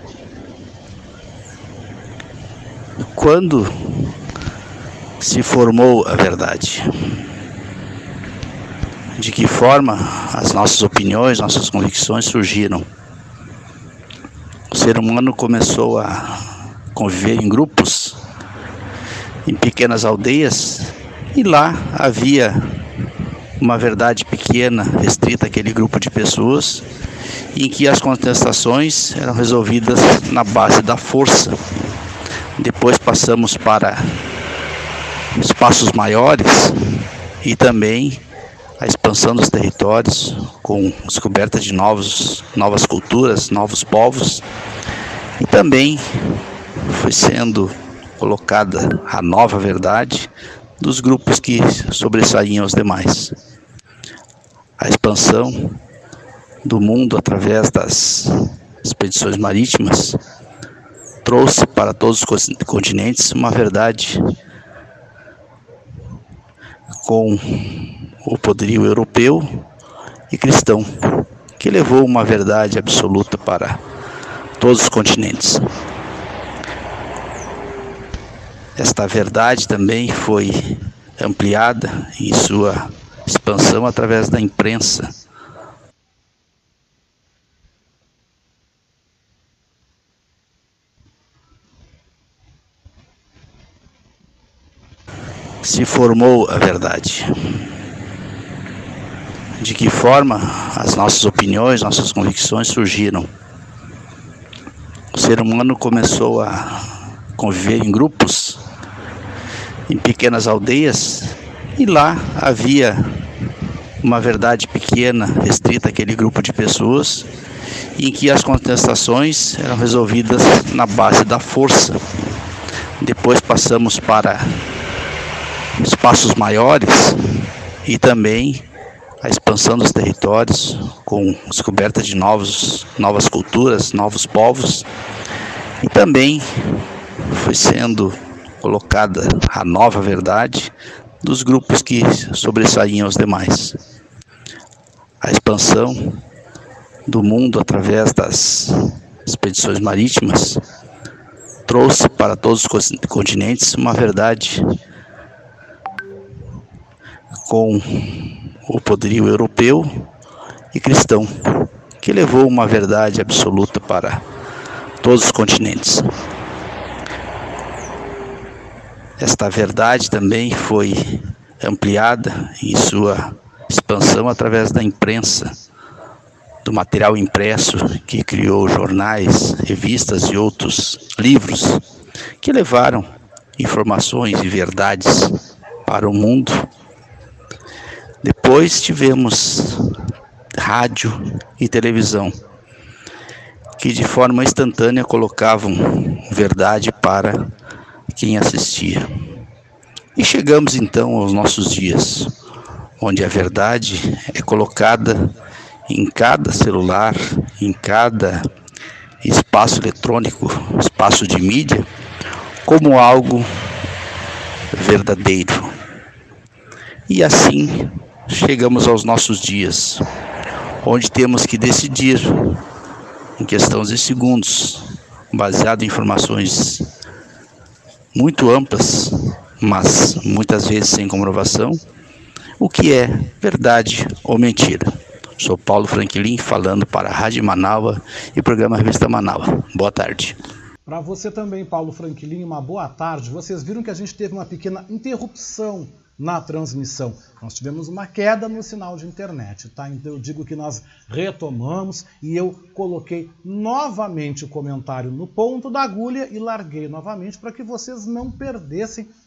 Quando se formou a verdade? De que forma as nossas opiniões, nossas convicções surgiram? O ser humano começou a conviver em grupos, em pequenas aldeias, e lá havia uma verdade pequena, restrita àquele grupo de pessoas, em que as contestações eram resolvidas na base da força. Depois passamos para espaços maiores e também a expansão dos territórios, com descoberta de novos, novas culturas, novos povos, e também foi sendo colocada a nova verdade dos grupos que sobressaíam os demais. A expansão do mundo através das expedições marítimas trouxe para todos os continentes uma verdade com o poderio europeu e cristão, que levou uma verdade absoluta para todos os continentes. Esta verdade também foi ampliada em sua expansão através da imprensa. Se formou a verdade. De que forma as nossas opiniões, nossas convicções surgiram? O ser humano começou a conviver em grupos, em pequenas aldeias, e lá havia uma verdade pequena, restrita àquele grupo de pessoas, em que as contestações eram resolvidas na base da força. Depois passamos para espaços maiores e também a expansão dos territórios, com descoberta de novos, novas culturas, novos povos, e também foi sendo colocada a nova verdade dos grupos que sobressaíam os demais. A expansão do mundo através das expedições marítimas trouxe para todos os continentes uma verdade com o poderio europeu e cristão, que levou uma verdade absoluta para todos os continentes. Esta verdade também foi ampliada em sua expansão através da imprensa, do material impresso que criou jornais, revistas e outros livros que levaram informações e verdades para o mundo. Depois tivemos rádio e televisão, que de forma instantânea colocavam verdade para quem assistia. E chegamos então aos nossos dias, onde a verdade é colocada em cada celular, em cada espaço eletrônico, espaço de mídia, como algo verdadeiro. E assim chegamos aos nossos dias, onde temos que decidir em questão de segundos, baseado em informações muito amplas, mas muitas vezes sem comprovação, o que é verdade ou mentira. Sou Paulo Franquilin, falando para a Rádio Manaua e programa Revista Manaua. Boa tarde. Para você também, Paulo Franquilin, uma boa tarde. Vocês viram que a gente teve uma pequena interrupção na transmissão. Nós tivemos uma queda no sinal de internet, tá? Então eu digo que nós retomamos e eu coloquei novamente o comentário no ponto da agulha e larguei novamente para que vocês não perdessem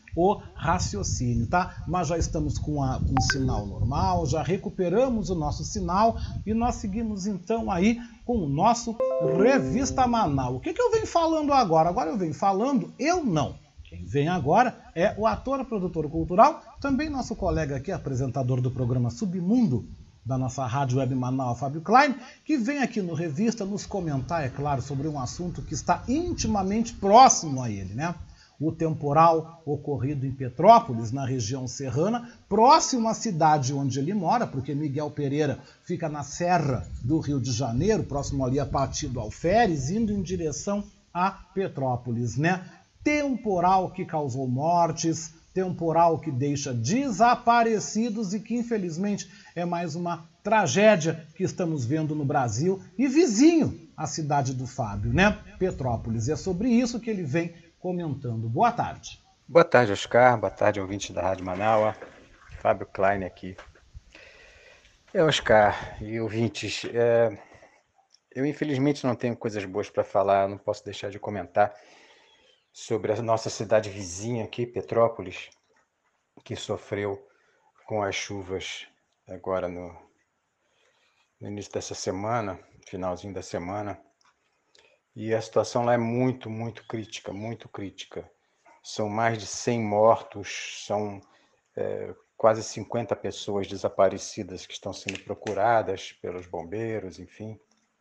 o raciocínio, tá? Mas já estamos com, a, com o sinal normal, já recuperamos o nosso sinal e nós seguimos então aí com o nosso Revista Manaus. O que, que eu venho falando agora? Agora eu venho falando, eu não. Quem vem agora é o ator, produtor cultural, também nosso colega aqui, apresentador do programa Submundo, da nossa Rádio Web Manaus, Fábio Klein, que vem aqui no Revista nos comentar, é claro, sobre um assunto que está intimamente próximo a ele, né? O temporal ocorrido em Petrópolis, na região serrana, próximo à cidade onde ele mora, porque Miguel Pereira fica na Serra do Rio de Janeiro, próximo ali a Pati do Alferes, indo em direção a Petrópolis, né? Temporal que causou mortes, temporal que deixa desaparecidos e que, infelizmente, é mais uma tragédia que estamos vendo no Brasil e vizinho à cidade do Fábio, né? Petrópolis. E é sobre isso que ele vem comentando. Boa tarde. Boa tarde, Oscar. Boa tarde, ouvinte da Rádio Manaus. Fábio Klein aqui. É, Oscar e ouvintes, é... eu infelizmente não tenho coisas boas para falar, não posso deixar de comentar sobre a nossa cidade vizinha aqui, Petrópolis, que sofreu com as chuvas agora no, no início dessa semana, finalzinho da semana. E a situação lá é muito, muito crítica, muito crítica. São mais de cem mortos, são é, quase cinquenta pessoas desaparecidas que estão sendo procuradas pelos bombeiros, enfim.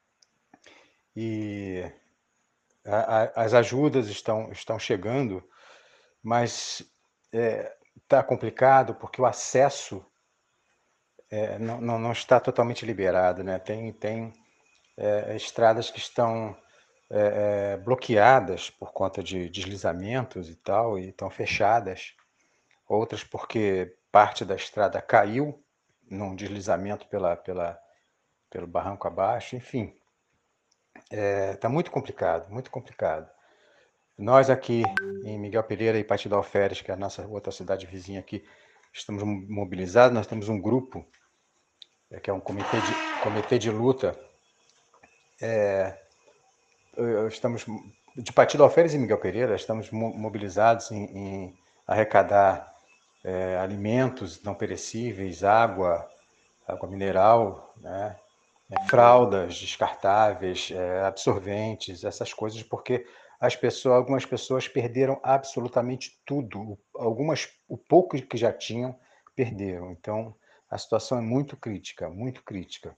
E a, a, as ajudas estão, estão chegando, mas está é, complicado porque o acesso é, não, não, não está totalmente liberado, né? Tem, tem é, estradas que estão É, é, bloqueadas por conta de deslizamentos e tal, e estão fechadas. Outras porque parte da estrada caiu num deslizamento pela, pela, pelo barranco abaixo, enfim. Está é, muito complicado, muito complicado. Nós aqui em Miguel Pereira e Pati do Alferes, que é a nossa outra cidade vizinha aqui, estamos mobilizados, nós temos um grupo, é, que é um comitê de, comitê de luta, é, estamos de Pati do Alferes e Miguel Pereira, estamos mobilizados em, em arrecadar é, alimentos não perecíveis, água, água mineral, né, é, fraldas descartáveis, é, absorventes, essas coisas, porque as pessoas, algumas pessoas perderam absolutamente tudo, algumas, o pouco que já tinham, perderam. Então, a situação é muito crítica, muito crítica.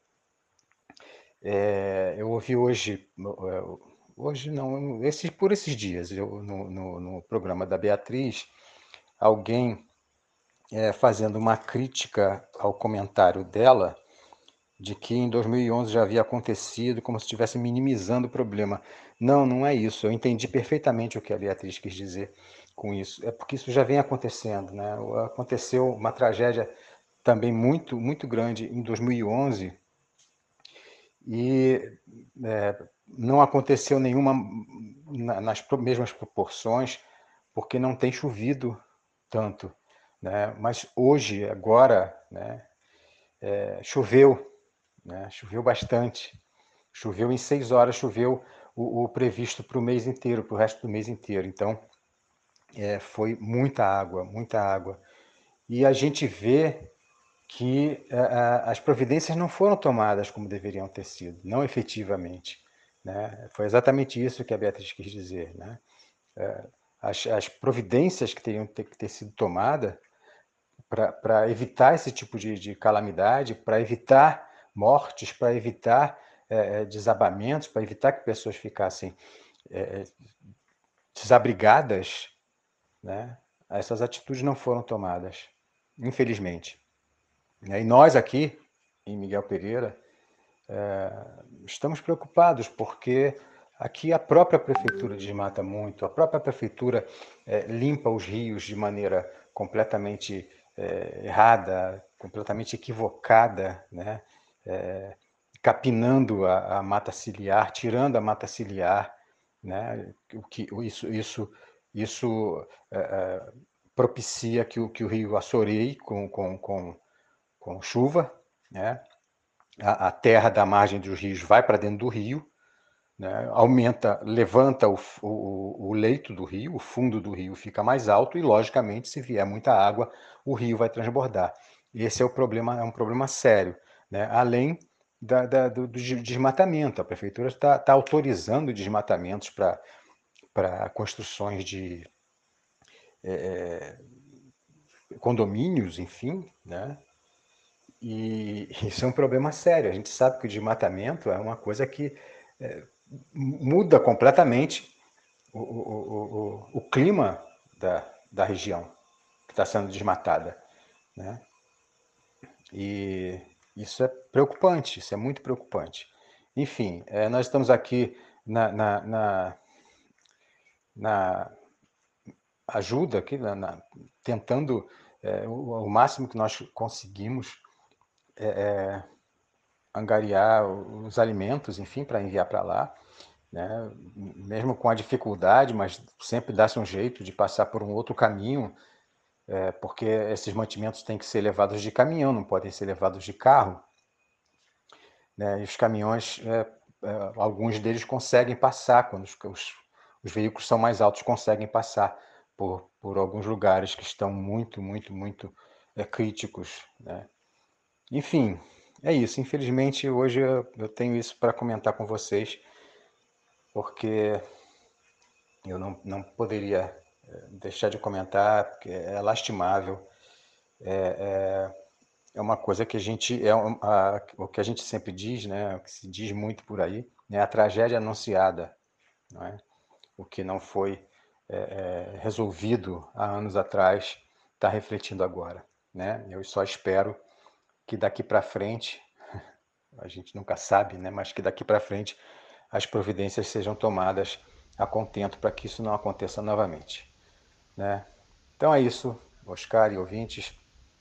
É, eu ouvi hoje, hoje não, esses, por esses dias, eu, no, no, no programa da Beatriz, alguém é, fazendo uma crítica ao comentário dela, de que em dois mil e onze já havia acontecido, como se estivesse minimizando o problema. Não, não é isso. Eu entendi perfeitamente o que a Beatriz quis dizer com isso. É porque isso já vem acontecendo, né? Aconteceu uma tragédia também muito, muito grande em dois mil e onze, e é, não aconteceu nenhuma nas mesmas proporções, porque não tem chovido tanto, né? Mas hoje, agora, né, é, choveu, né? Choveu bastante, choveu em seis horas, choveu o, o previsto para o mês inteiro, para o resto do mês inteiro. Então, é, foi muita água, muita água. E a gente vê que uh, as providências não foram tomadas como deveriam ter sido, não efetivamente, né? Foi exatamente isso que a Beatriz quis dizer, né? Uh, as, as providências que teriam ter, que ter sido tomadas para evitar esse tipo de, de calamidade, para evitar mortes, para evitar uh, desabamentos, para evitar que pessoas ficassem uh, desabrigadas, né? Essas atitudes não foram tomadas, infelizmente. E nós aqui, em Miguel Pereira, é, estamos preocupados, porque aqui a própria prefeitura desmata muito, a própria prefeitura é, limpa os rios de maneira completamente é, errada, completamente equivocada, né? É, capinando a, a mata ciliar, tirando a mata ciliar, né? O que, isso, isso, isso é, é, propicia que o, que o rio assoreie com... com, com com chuva, né? A, a terra da margem dos rios vai para dentro do rio, né? Aumenta, levanta o, o, o leito do rio, o fundo do rio fica mais alto e, logicamente, se vier muita água, o rio vai transbordar. Esse é o problema, é um problema sério, né? Além da, da, do, do desmatamento. A prefeitura está tá autorizando desmatamentos para construções de é, condomínios, enfim, né? E isso é um problema sério. A gente sabe que o desmatamento é uma coisa que é, muda completamente o, o, o, o clima da, da região que está sendo desmatada, né? E isso é preocupante, isso é muito preocupante. Enfim, é, nós estamos aqui na, na, na, na ajuda, aqui, na, na, tentando é, o, o máximo que nós conseguimos é, é, angariar os alimentos, enfim, para enviar para lá, né? Mesmo com a dificuldade, mas sempre dá-se um jeito de passar por um outro caminho, é, porque esses mantimentos têm que ser levados de caminhão, não podem ser levados de carro, né? E os caminhões, é, é, alguns deles conseguem passar, quando os, os, os veículos são mais altos, conseguem passar por, por alguns lugares que estão muito, muito, muito é, críticos, né? Enfim, é isso. Infelizmente, hoje eu, eu tenho isso para comentar com vocês, porque eu não, não poderia deixar de comentar, porque é lastimável, é, é, é uma coisa que a gente, é a, o que a gente sempre diz, né, o que se diz muito por aí, né, a tragédia anunciada, não é? O que não foi é, é, resolvido há anos atrás está refletindo agora, né? Eu só espero que daqui para frente, a gente nunca sabe, né, mas que daqui para frente as providências sejam tomadas a contento para que isso não aconteça novamente, né? Então é isso, Oscar e ouvintes.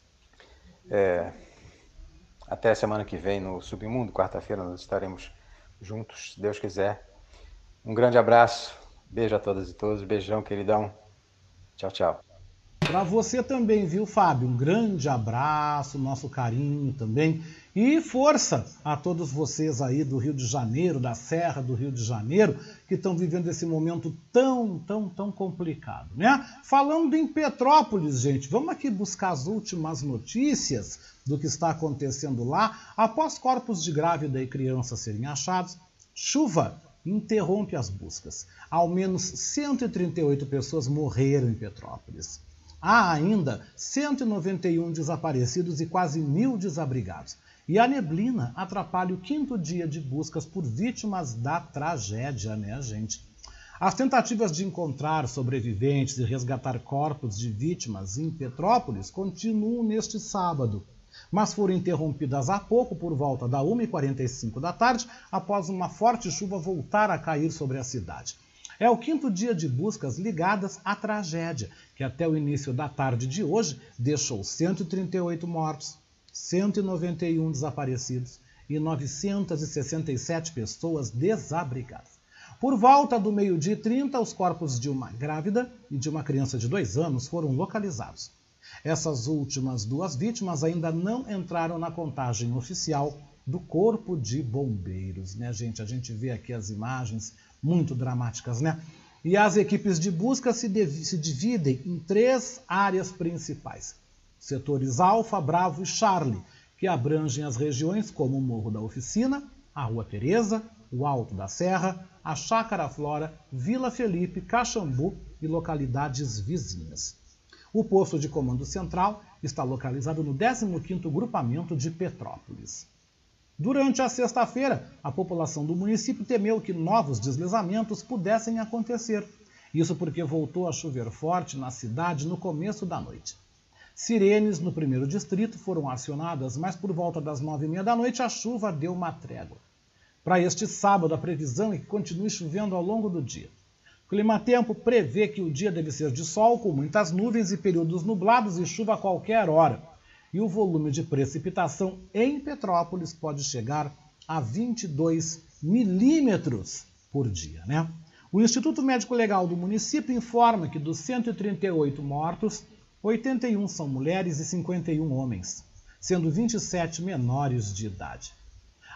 É, até a semana que vem no Submundo, quarta-feira nós estaremos juntos, se Deus quiser. Um grande abraço, beijo a todas e todos, beijão, queridão. Tchau, tchau. Para você também, viu, Fábio? Um grande abraço, nosso carinho também. E força a todos vocês aí do Rio de Janeiro, da Serra do Rio de Janeiro, que estão vivendo esse momento tão, tão, tão complicado, né? Falando em Petrópolis, gente, vamos aqui buscar as últimas notícias do que está acontecendo lá. Após corpos de grávida e criança serem achados, chuva interrompe as buscas. Ao menos cento e trinta e oito pessoas morreram em Petrópolis. Há ainda cento e noventa e um desaparecidos e quase mil desabrigados. E a neblina atrapalha o quinto dia de buscas por vítimas da tragédia, né, gente? As tentativas de encontrar sobreviventes e resgatar corpos de vítimas em Petrópolis continuam neste sábado, mas foram interrompidas há pouco por volta da uma e quarenta e cinco da tarde, após uma forte chuva voltar a cair sobre a cidade. É o quinto dia de buscas ligadas à tragédia, que até o início da tarde de hoje deixou cento e trinta e oito mortos, cento e noventa e um desaparecidos e novecentas e sessenta e sete pessoas desabrigadas. Por volta do meio-dia e trinta, os corpos de uma grávida e de uma criança de dois anos foram localizados. Essas últimas duas vítimas ainda não entraram na contagem oficial do Corpo de Bombeiros, né, gente? A gente vê aqui as imagens muito dramáticas, né? E as equipes de busca se, se dividem em três áreas principais. Setores Alfa, Bravo e Charlie, que abrangem as regiões como o Morro da Oficina, a Rua Teresa, o Alto da Serra, a Chácara Flora, Vila Felipe, Caxambu e localidades vizinhas. O posto de comando central está localizado no décimo quinto grupamento de Petrópolis. Durante a sexta-feira, a população do município temeu que novos deslizamentos pudessem acontecer. Isso porque voltou a chover forte na cidade no começo da noite. Sirenes no primeiro distrito foram acionadas, mas por volta das nove e meia da noite a chuva deu uma trégua. Para este sábado, a previsão é que continue chovendo ao longo do dia. O Climatempo prevê que o dia deve ser de sol, com muitas nuvens e períodos nublados e chuva a qualquer hora. E o volume de precipitação em Petrópolis pode chegar a vinte e dois milímetros por dia, né? O Instituto Médico Legal do município informa que dos cento e trinta e oito mortos, oitenta e um são mulheres e cinquenta e um homens, sendo vinte e sete menores de idade.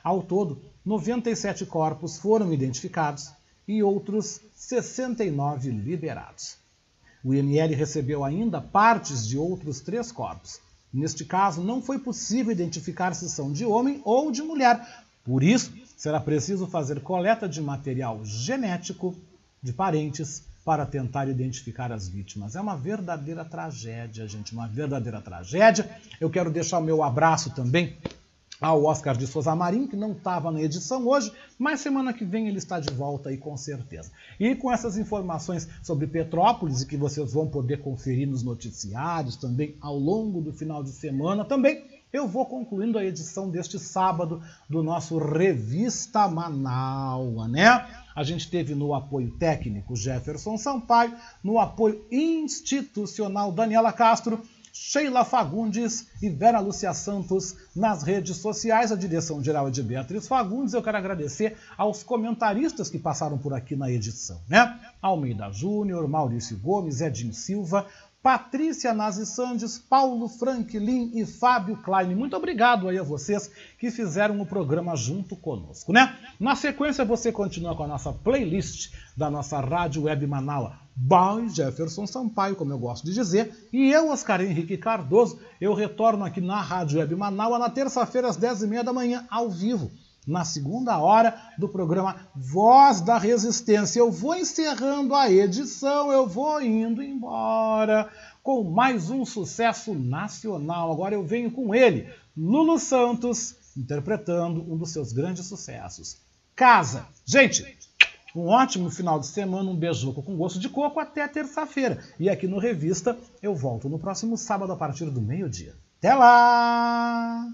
Ao todo, noventa e sete corpos foram identificados e outros sessenta e nove liberados. O I M L recebeu ainda partes de outros três corpos. Neste caso, não foi possível identificar se são de homem ou de mulher. Por isso, será preciso fazer coleta de material genético de parentes para tentar identificar as vítimas. É uma verdadeira tragédia, gente, uma verdadeira tragédia. Eu quero deixar o meu abraço também ao Oscar de Souza Marim, que não estava na edição hoje, mas semana que vem ele está de volta aí com certeza. E com essas informações sobre Petrópolis, e que vocês vão poder conferir nos noticiários também ao longo do final de semana, também eu vou concluindo a edição deste sábado do nosso Revista Manaua, né? A gente teve no apoio técnico Jefferson Sampaio, no apoio institucional Daniela Castro, Sheila Fagundes e Vera Lúcia Santos nas redes sociais. A direção geral é de Beatriz Fagundes. Eu quero agradecer aos comentaristas que passaram por aqui na edição, né? Almeida Júnior, Maurício Gomes, Edinho Silva, Patrícia Nazi Sandes, Paulo Franklin e Fábio Klein. Muito obrigado aí a vocês que fizeram o programa junto conosco, né? Na sequência, você continua com a nossa playlist da nossa Rádio Web Manaua, by Jefferson Sampaio, como eu gosto de dizer, e eu, Oscar Henrique Cardoso, eu retorno aqui na Rádio Web Manaua na terça-feira às dez e meia da manhã, ao vivo, na segunda hora do programa Voz da Resistência. Eu vou encerrando a edição, eu vou indo embora com mais um sucesso nacional. Agora eu venho com ele, Lulu Santos, interpretando um dos seus grandes sucessos, Casa. Gente, um ótimo final de semana, um beijoco com gosto de coco até terça-feira. E aqui no Revista eu volto no próximo sábado a partir do meio-dia. Até lá!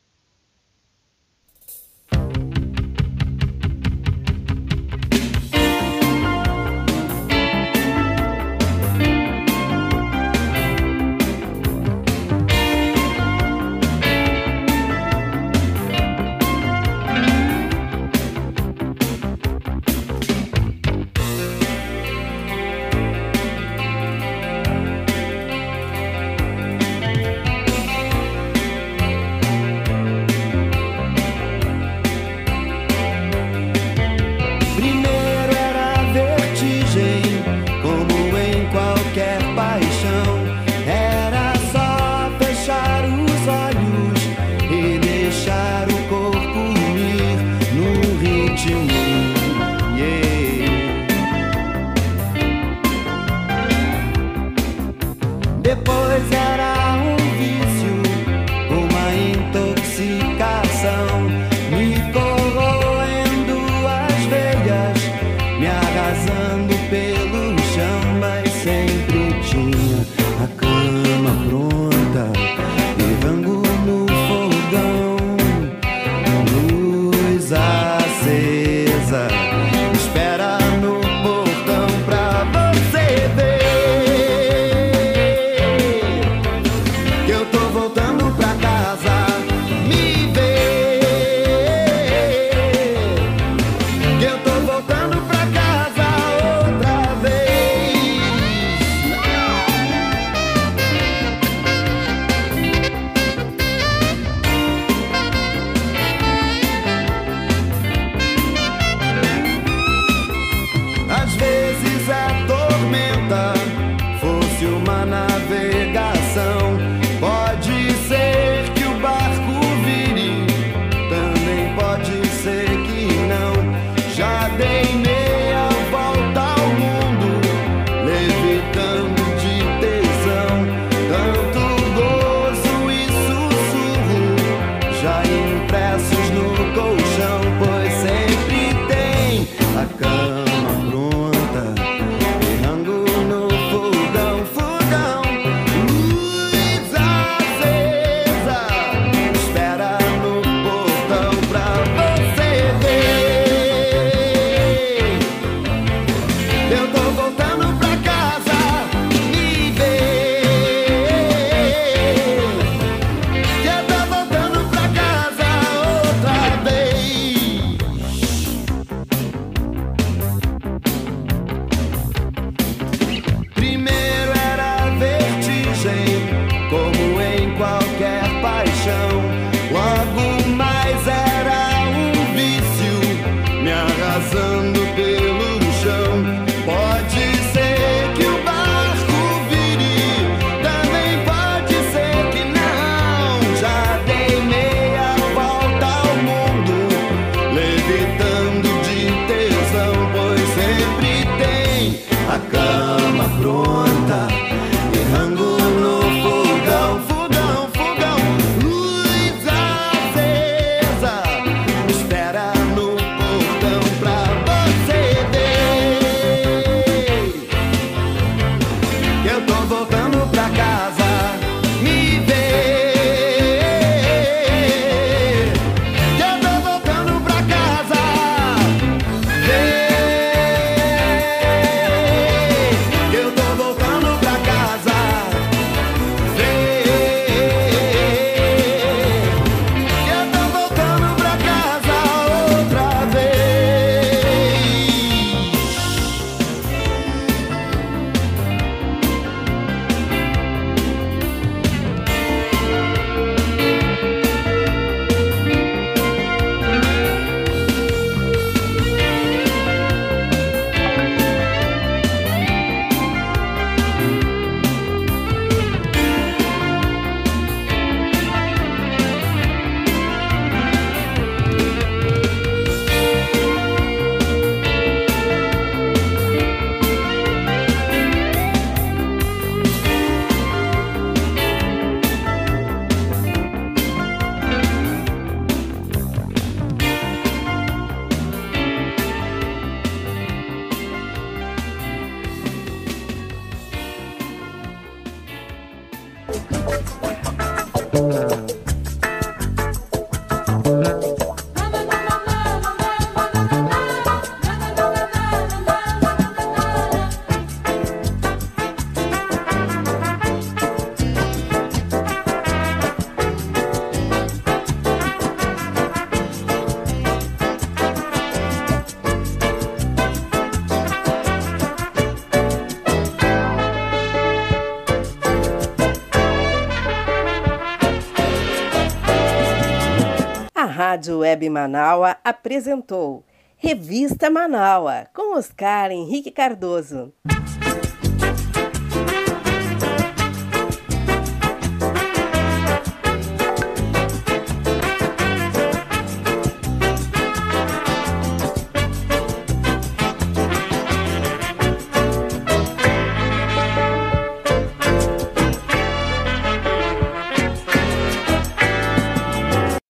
Depois era um vício, uma intoxicação, me corroendo as veias. passando pelo chão. Pode ser que o barco vire, também pode ser que não. Já dei meia volta ao mundo, levitando de tesão, pois sempre tem a cama pronta e rango no fogão, fogão, fogão, luz acesa, espera no portão pra você ver que eu tô voltando pra casa, me ver que eu tô voltando pra casa, ver que eu tô voltando pra casa, ver que eu tô voltando pra casa outra vez. A Rádio Web Manaua apresentou Revista Manaua, com Oscar Henrique Cardoso.